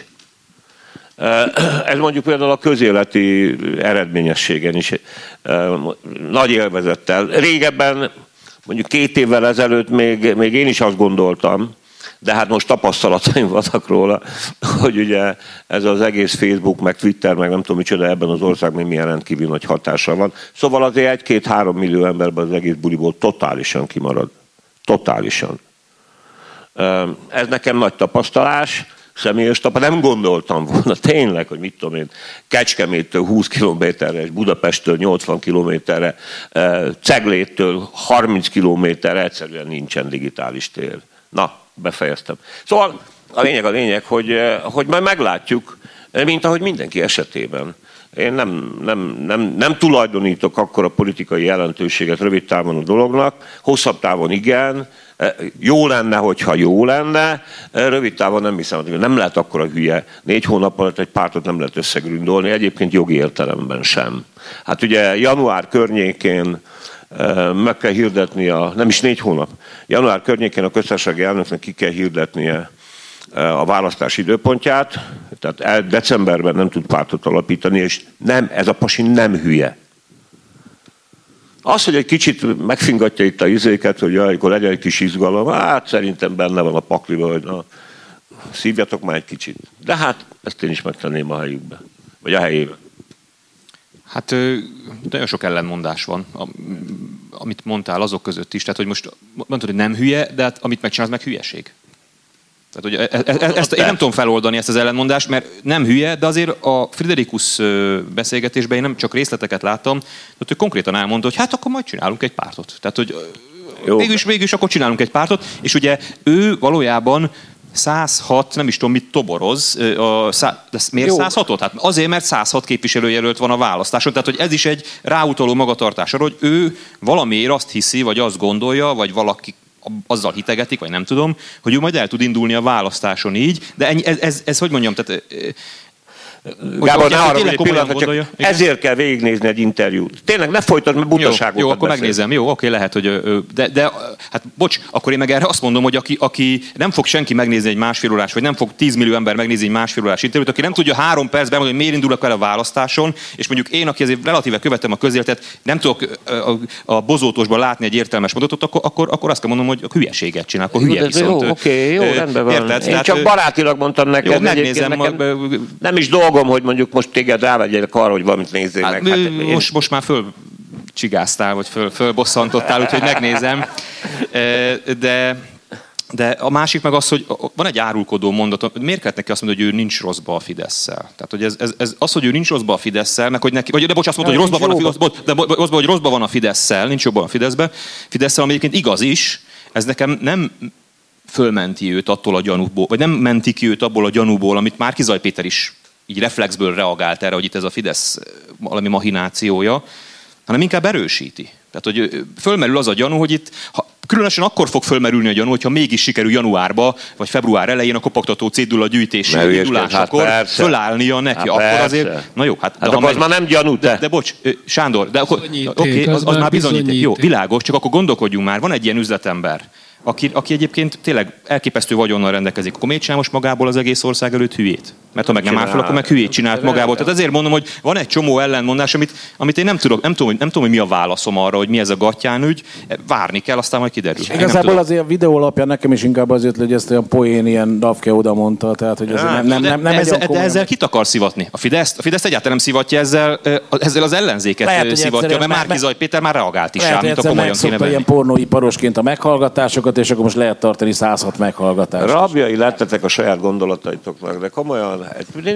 Ez mondjuk például a közéleti eredményességen is nagy élvezettel. Régebben, mondjuk két évvel ezelőtt még, még én is azt gondoltam, de hát most tapasztalataim vannak róla, hogy ugye ez az egész Facebook, meg Twitter, meg nem tudom micsoda ebben az országban milyen rendkívül nagy hatása van. Szóval azért egy-két-három millió emberben az egész buliból totálisan kimarad. Totálisan. Ez nekem nagy tapasztalás, személyes tapasztalat. Nem gondoltam volna tényleg, hogy mit tudom én, Kecskeméttől húsz kilométerre és Budapesttől nyolcvan kilométerre, Cegléttől harminc kilométerre egyszerűen nincsen digitális tér. Na, befejeztem. Szóval a lényeg a lényeg, hogy, hogy majd meglátjuk, mint ahogy mindenki esetében. Én nem, nem, nem, nem tulajdonítok akkora politikai jelentőséget rövid távon a dolognak, hosszabb távon igen, jó lenne, hogyha jó lenne, rövid távon nem hiszem, hogy nem lehet akkora hülye. Négy hónap alatt egy pártot nem lehet összegründolni, egyébként jogi értelemben sem. Hát ugye január környékén meg kell hirdetni a, nem is négy hónap, január környékén a köztársasági elnöknek ki kell hirdetnie a választási időpontját, tehát decemberben nem tud pártot alapítani, és nem, ez a pasi nem hülye. Az, hogy egy kicsit megfingatja itt a izéket, hogy jaj, akkor legyen egy kis izgalom, hát szerintem benne van a pakliba, hogy na, szívjatok már egy kicsit. De hát ezt én is megtenném a helyükbe, vagy a helyébe. Hát nagyon sok ellenmondás van, amit mondtál azok között is. Tehát, hogy most mondtad, hogy nem hülye, de hát amit megcsinálsz, meg hülyeség. Tehát, hogy ezt, én nem tudom feloldani ezt az ellenmondást, mert nem hülye, de azért a Friderikus beszélgetésben én nem csak részleteket láttam, de ő konkrétan elmondta, hogy hát akkor majd csinálunk egy pártot. Tehát, hogy végülis, végülis akkor csinálunk egy pártot, és ugye ő valójában száz hat, nem is tudom mit toboroz, a szá... de miért száz hatot? Hát azért, mert száz hat képviselőjelölt van a választáson, tehát hogy ez is egy ráutaló magatartás arra, hogy ő valamiért azt hiszi, vagy azt gondolja, vagy valaki azzal hitegetik, vagy nem tudom, hogy ő majd el tud indulni a választáson így, de ennyi, ez, ez, ez hogy mondjam, tehát Gábor, ne arra, egy pillanat, csak ezért kell végignézni egy interjút. Tényleg ne folytasd, mert butaságokat Jó, jó, akkor beszél. megnézem. Jó, oké, lehet, hogy... De, de hát bocs, akkor én meg erre azt mondom, hogy aki, aki nem fog senki megnézni egy másfél órás, vagy nem fog tíz millió ember megnézni egy másfél órás interjút, aki nem tudja három percben, hogy miért indulok el a választáson, és mondjuk én, aki azért relatíve követem a közéletet, nem tudok a, a bozótosban látni egy értelmes mondatot, akkor, akkor, akkor azt kell mondanom, hogy hülyeséget csinál, akkor hülye viszont. Jó, oké, jó, rendben van. Érted? Én Tehát, csak barátilag mondtam neked. Jó, megnézem. Nekem nem is dolgom, hogy mondjuk most téged rávegyek arra, hogy valamit nézzél hát, meg. Hát, én... most, most már fölcsigáztál, vagy föl, fölbosszantottál, úgyhogy megnézem. De, de a másik meg az, hogy van egy árulkodó mondat, miért kellett neki azt mondani, hogy ő nincs rosszba a Fidesszel? Tehát, hogy ez, ez, ez az, hogy ő nincs rosszba a Fidesszel, meg hogy neki, vagy de bocs, azt mondta, hogy rosszba van, a Fidesz, de rosszba, hogy rosszba van a Fidesszel, nincs jobban a Fideszbe. Fidesszel, ami egyébként igaz is, ez nekem nem fölmenti őt attól a gyanúból, vagy nem menti ki őt abból a gyanúból, amit Márki Zay Péter is így reflexből reagált erre, hogy itt ez a Fidesz valami mahinációja, hanem inkább erősíti. Tehát, hogy fölmerül az a gyanú, hogy itt, ha, különösen akkor fog fölmerülni a gyanú, hogyha mégis sikerül januárba, vagy február elején a kopogtató cédula gyűjtési indulásakor hát fölállnia neki. Hát akkor persze. Azért, na jó, hát... hát akkor az már nem gyanú, te. De, de bocs, Sándor, de akkor, oké, okay, az, az, az már bizonyíték. bizonyíték. Jó, világos, csak akkor gondolkodjunk már, van egy ilyen üzletember, Aki, aki egyébként tényleg elképesztő vagyonnal rendelkezik, akkor miért csinál most magából az egész ország előtt hülyét? Mert ha meg nem áll fel, akkor meg hülyét csinált magából. Tehát ezért mondom, hogy van egy csomó ellenmondás, amit, amit én nem tudok, nem tudom, nem tudom, hogy mi a válaszom arra, hogy mi ez a Gattyán ügy. Várni kell, aztán majd kiderül. Igazából azért a videó alapján nekem is inkább azért, hogy ezt olyan poén, ilyen Dafke oda mondta, tehát hogy azért nem, nem, nem, nem ezzel, de ezzel kit akar szivatni? A Fideszt? A Fideszt egyáltalán nem szivatja ezzel, ezzel az ellenzéket lehet, szivatja, mert Márki Zay Péter már reagált is rá, mint a komolyan kéne venni. Ilyen pornóiparosként a meghallgatásokat, és akkor most lehet tartani száz hat meghallgatást. Rabjai lettetek a saját gondolataitoknak, de komolyan.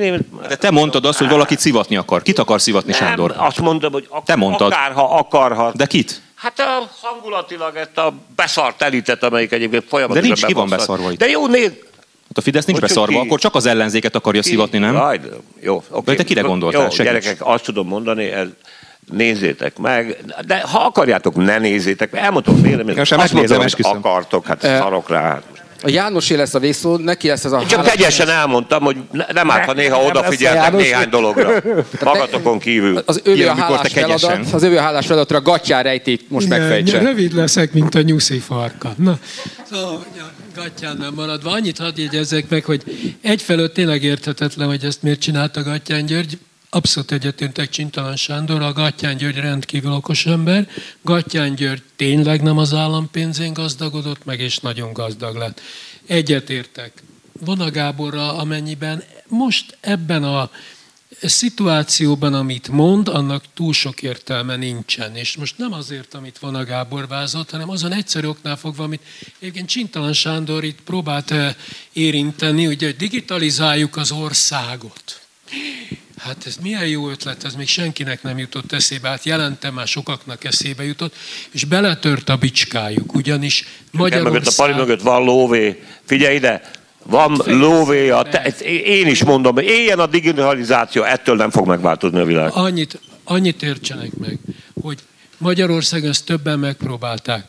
De te mondtad azt, hogy valakit szivatni akar. Kit akar szivatni, nem, Sándor? Azt mondom, hogy ak- te mondtad. akár, ha akarhat. De kit? Hát a hangulatilag ezt a beszart elitet, amelyik egyébként folyamatosan de nincs, ki van beszarva itt. De jó, nézd. Hát a Fidesz nincs hogy beszarva, ki? Akkor csak az ellenzéket akarja ki? szivatni, nem? Jaj, jó, oké. De te kire gondoltál? Jó, gyerekek, azt tudom mondani, ez nézzétek meg, de ha akarjátok, ne nézzétek meg. Elmondom véleményt, azt nézem, hogy akartok, hát e... szarok rá. A Jánosé lesz a végszó, neki lesz ez a... Én csak kegyesen elmondtam, hogy nem árt, ha néha odafigyeltek néhány dologra. Magatokon kívül. Az övé a hálás feladat, az övé a hálás feladatra a Gattyán rejtét most megfejtse. Rövid leszek, mint a nyuszi farka. Na, szóval a Gattyán nem maradva. Annyit hadd jegyezzek meg, hogy egyfelől tényleg érthetetlen, hogy ezt miért csinálta Gattyán György. Abszolút egyetértek Csintalan Sándor, a Gattyán György rendkívül okos ember. Gattyán György tényleg nem az állam pénzén gazdagodott meg, és nagyon gazdag lett. Egyetértek Vona Gáborral, amennyiben most ebben a szituációban, amit mond, annak túl sok értelme nincsen. És most nem azért, amit Vona Gábor vázolt, hanem azon egyszerű oknál fogva, amit egyébként Csintalan Sándor itt próbált érinteni, hogy digitalizáljuk az országot. Hát ez milyen jó ötlet, ez még senkinek nem jutott eszébe, hát jelentem már sokaknak eszébe jutott, és beletört a bicskájuk, ugyanis Magyarország... Mögött a pali mögött van lóvé, figyelj ide, van fejez, lóvé, a te... én is mondom, éljen a digitalizáció, ettől nem fog megváltozni a világ. Annyit, annyit értsenek meg, hogy Magyarországon ezt többen megpróbálták.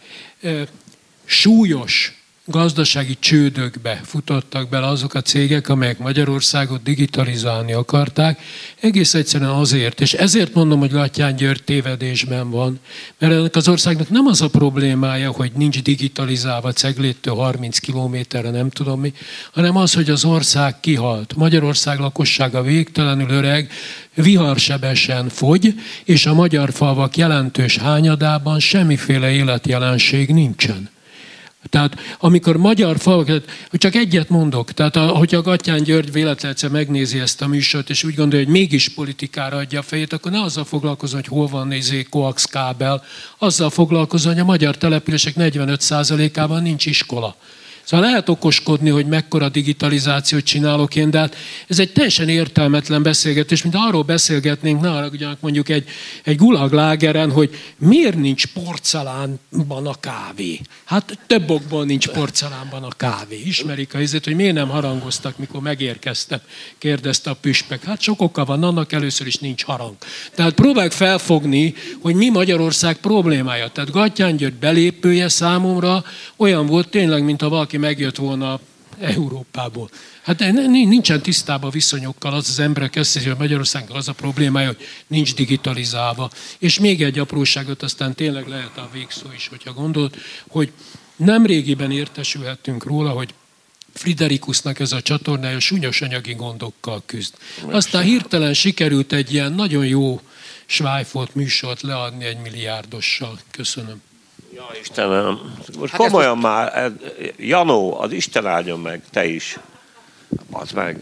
Súlyos gazdasági csődökbe futottak bele azok a cégek, amelyek Magyarországot digitalizálni akarták, egész egyszerűen azért, és ezért mondom, hogy Gattyán György tévedésben van, mert ennek az országnak nem az a problémája, hogy nincs digitalizálva Cegléttől harminc kilométerre, nem tudom mi, hanem az, hogy az ország kihalt. Magyarország lakossága végtelenül öreg, viharsebesen fogy, és a magyar falvak jelentős hányadában semmiféle életjelenség nincsen. Tehát amikor magyar falvak, csak egyet mondok, tehát a, hogyha a Gattyán György véletlenül egyszer megnézi ezt a műsort, és úgy gondolja, hogy mégis politikára adja a fejét, akkor ne azzal foglalkozzon, hogy hol van nézé koax kábel, azzal foglalkozzon, hogy a magyar települések negyvenöt százalékában nincs iskola. Szóval lehet okoskodni, hogy mekkora digitalizációt csinálok én, de hát ez egy teljesen értelmetlen beszélgetés, mint arról beszélgetnénk, ne haragudjanak mondjuk egy, egy gulaglágeren, hogy miért nincs porcelánban a kávé. Hát több okból nincs porcelánban a kávé. Ismerik a izét, hogy miért nem harangoztak, mikor megérkeztem, kérdezte a püspök. Hát sok oka van, annak először is nincs harang. Tehát próbáljuk felfogni, hogy mi Magyarország problémája. Tehát Gattyán György belépője számomra olyan volt tényleg, mint ha valaki megjött volna Európából. Hát nincsen tisztában viszonyokkal az az emberek össze, hogy Magyarországnak az a problémája, hogy nincs digitalizálva. És még egy apróságot, aztán tényleg lehet a végszó is, hogyha gondolt, hogy nem régiben értesülhettünk róla, hogy Friderikusnak ez a csatornája súlyos anyagi gondokkal küzd. Aztán hirtelen sikerült egy ilyen nagyon jó svájfolt műsort leadni egy milliárdossal. Köszönöm. Ja, Istenem, most hát komolyan most... már, Janó, az Isten áldjon meg, te is. Az meg.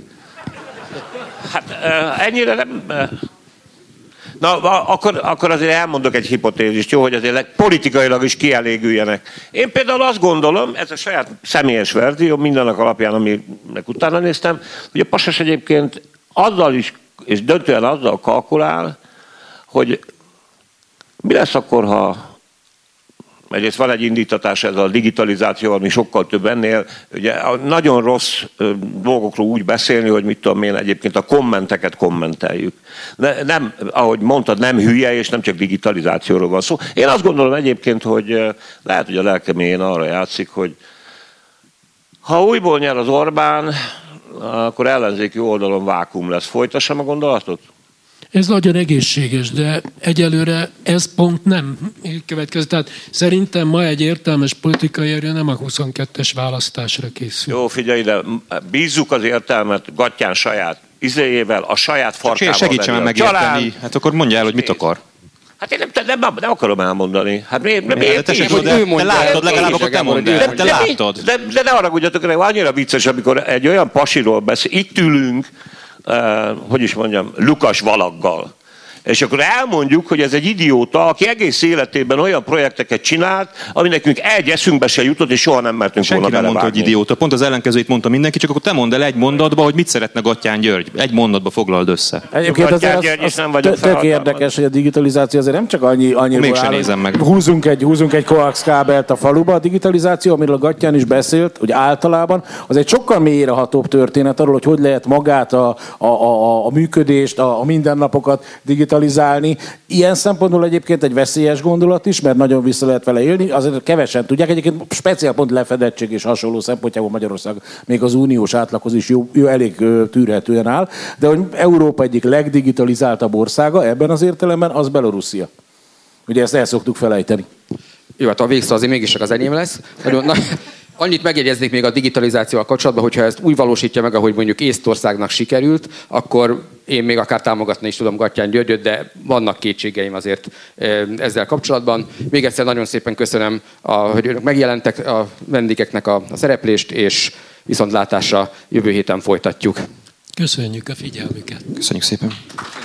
Hát ennyire nem... Na, akkor, akkor azért elmondok egy hipotézist, jó, hogy azért politikailag is kielégüljenek. Én például azt gondolom, ez a saját személyes verzió, mindennek alapján, aminek utána néztem, hogy a Pasas egyébként azzal is, és döntően azzal kalkulál, hogy mi lesz akkor, ha egyrészt van egy indítatás ez a digitalizáció, ami sokkal több ennél. Ugye nagyon rossz dolgokról úgy beszélni, hogy mit tudom én, egyébként a kommenteket kommenteljük. Ne, nem, ahogy mondtad, nem hülye, és nem csak digitalizációról van szó. Én azt gondolom egyébként, hogy lehet, hogy a lelkeméjén arra játszik, hogy ha újból nyer az Orbán, akkor ellenzéki oldalon vákuum lesz. Folytassam a gondolatot? Ez nagyon egészséges, de egyelőre ez pont nem következik. Tehát szerintem ma egy értelmes politikai erő nem a huszonkettes választásra készül. Jó, figyelj ide, bízzuk az értelmet Gattyán saját izéjével, a saját farkával. Segítsen már megérteni, hát akkor mondja el, hogy mit akar. Hát én nem, nem, nem akarom elmondani. Hát miért? Mi, miért te, te, de, te látod, legalább akkor te mondd el, te látod. De, de, de ne haragudjatok, annyira vicces, amikor egy olyan pasiról beszél, itt ülünk, Uh, hogy is mondjam, Lukas Valaggal. És akkor elmondjuk, hogy ez egy idióta, aki egész életében olyan projekteket csinált, ami nekünk egy eszünkbe se jutott, és soha nem mertünk Senki volna nem mondta, hogy idióta. Pont az ellenkezőit mondta mindenki, csak akkor te mondd el egy mondatba, hogy mit szeretne Gattyán György. Egy mondatba foglald össze. Egyébként azért az, az, az tök érdekes, hogy a digitalizáció azért nem csak annyi, annyiból áll, nézem meg. Húzunk egy, húzunk egy koax kábelt a faluba. A digitalizáció, amiről a Gattyán is beszélt, hogy általában az egy sokkal mélyre hatóbb történet arról, hogy hogy lehet magát a, a, a, a működést, a, a mindennapokat digitalizálni. Ilyen szempontból egyébként egy veszélyes gondolat is, mert nagyon vissza lehet vele élni. Azért kevesen tudják. Egyébként speciál pont lefedettség és hasonló szempontjából Magyarország még az uniós átlaghoz is jó, jó elég tűrhetően áll. De hogy Európa egyik legdigitalizáltabb országa ebben az értelemben az Belorusszia. Ugye ezt el szoktuk felejteni. Jó, hát a végszó azért mégis csak az enyém lesz. Nagyon, na, annyit megjegyeznék még a digitalizációval kapcsolatban, hogyha ezt úgy valósítja meg, ahogy mondjuk Észtországnak sikerült, akkor én még akár támogatni is tudom Gattyán Györgyöt, de vannak kétségeim azért ezzel kapcsolatban. Még egyszer nagyon szépen köszönöm, a, hogy önök megjelentek a vendégeknek a, a szereplést, és viszontlátásra jövő héten folytatjuk. Köszönjük a figyelmüket. Köszönjük szépen.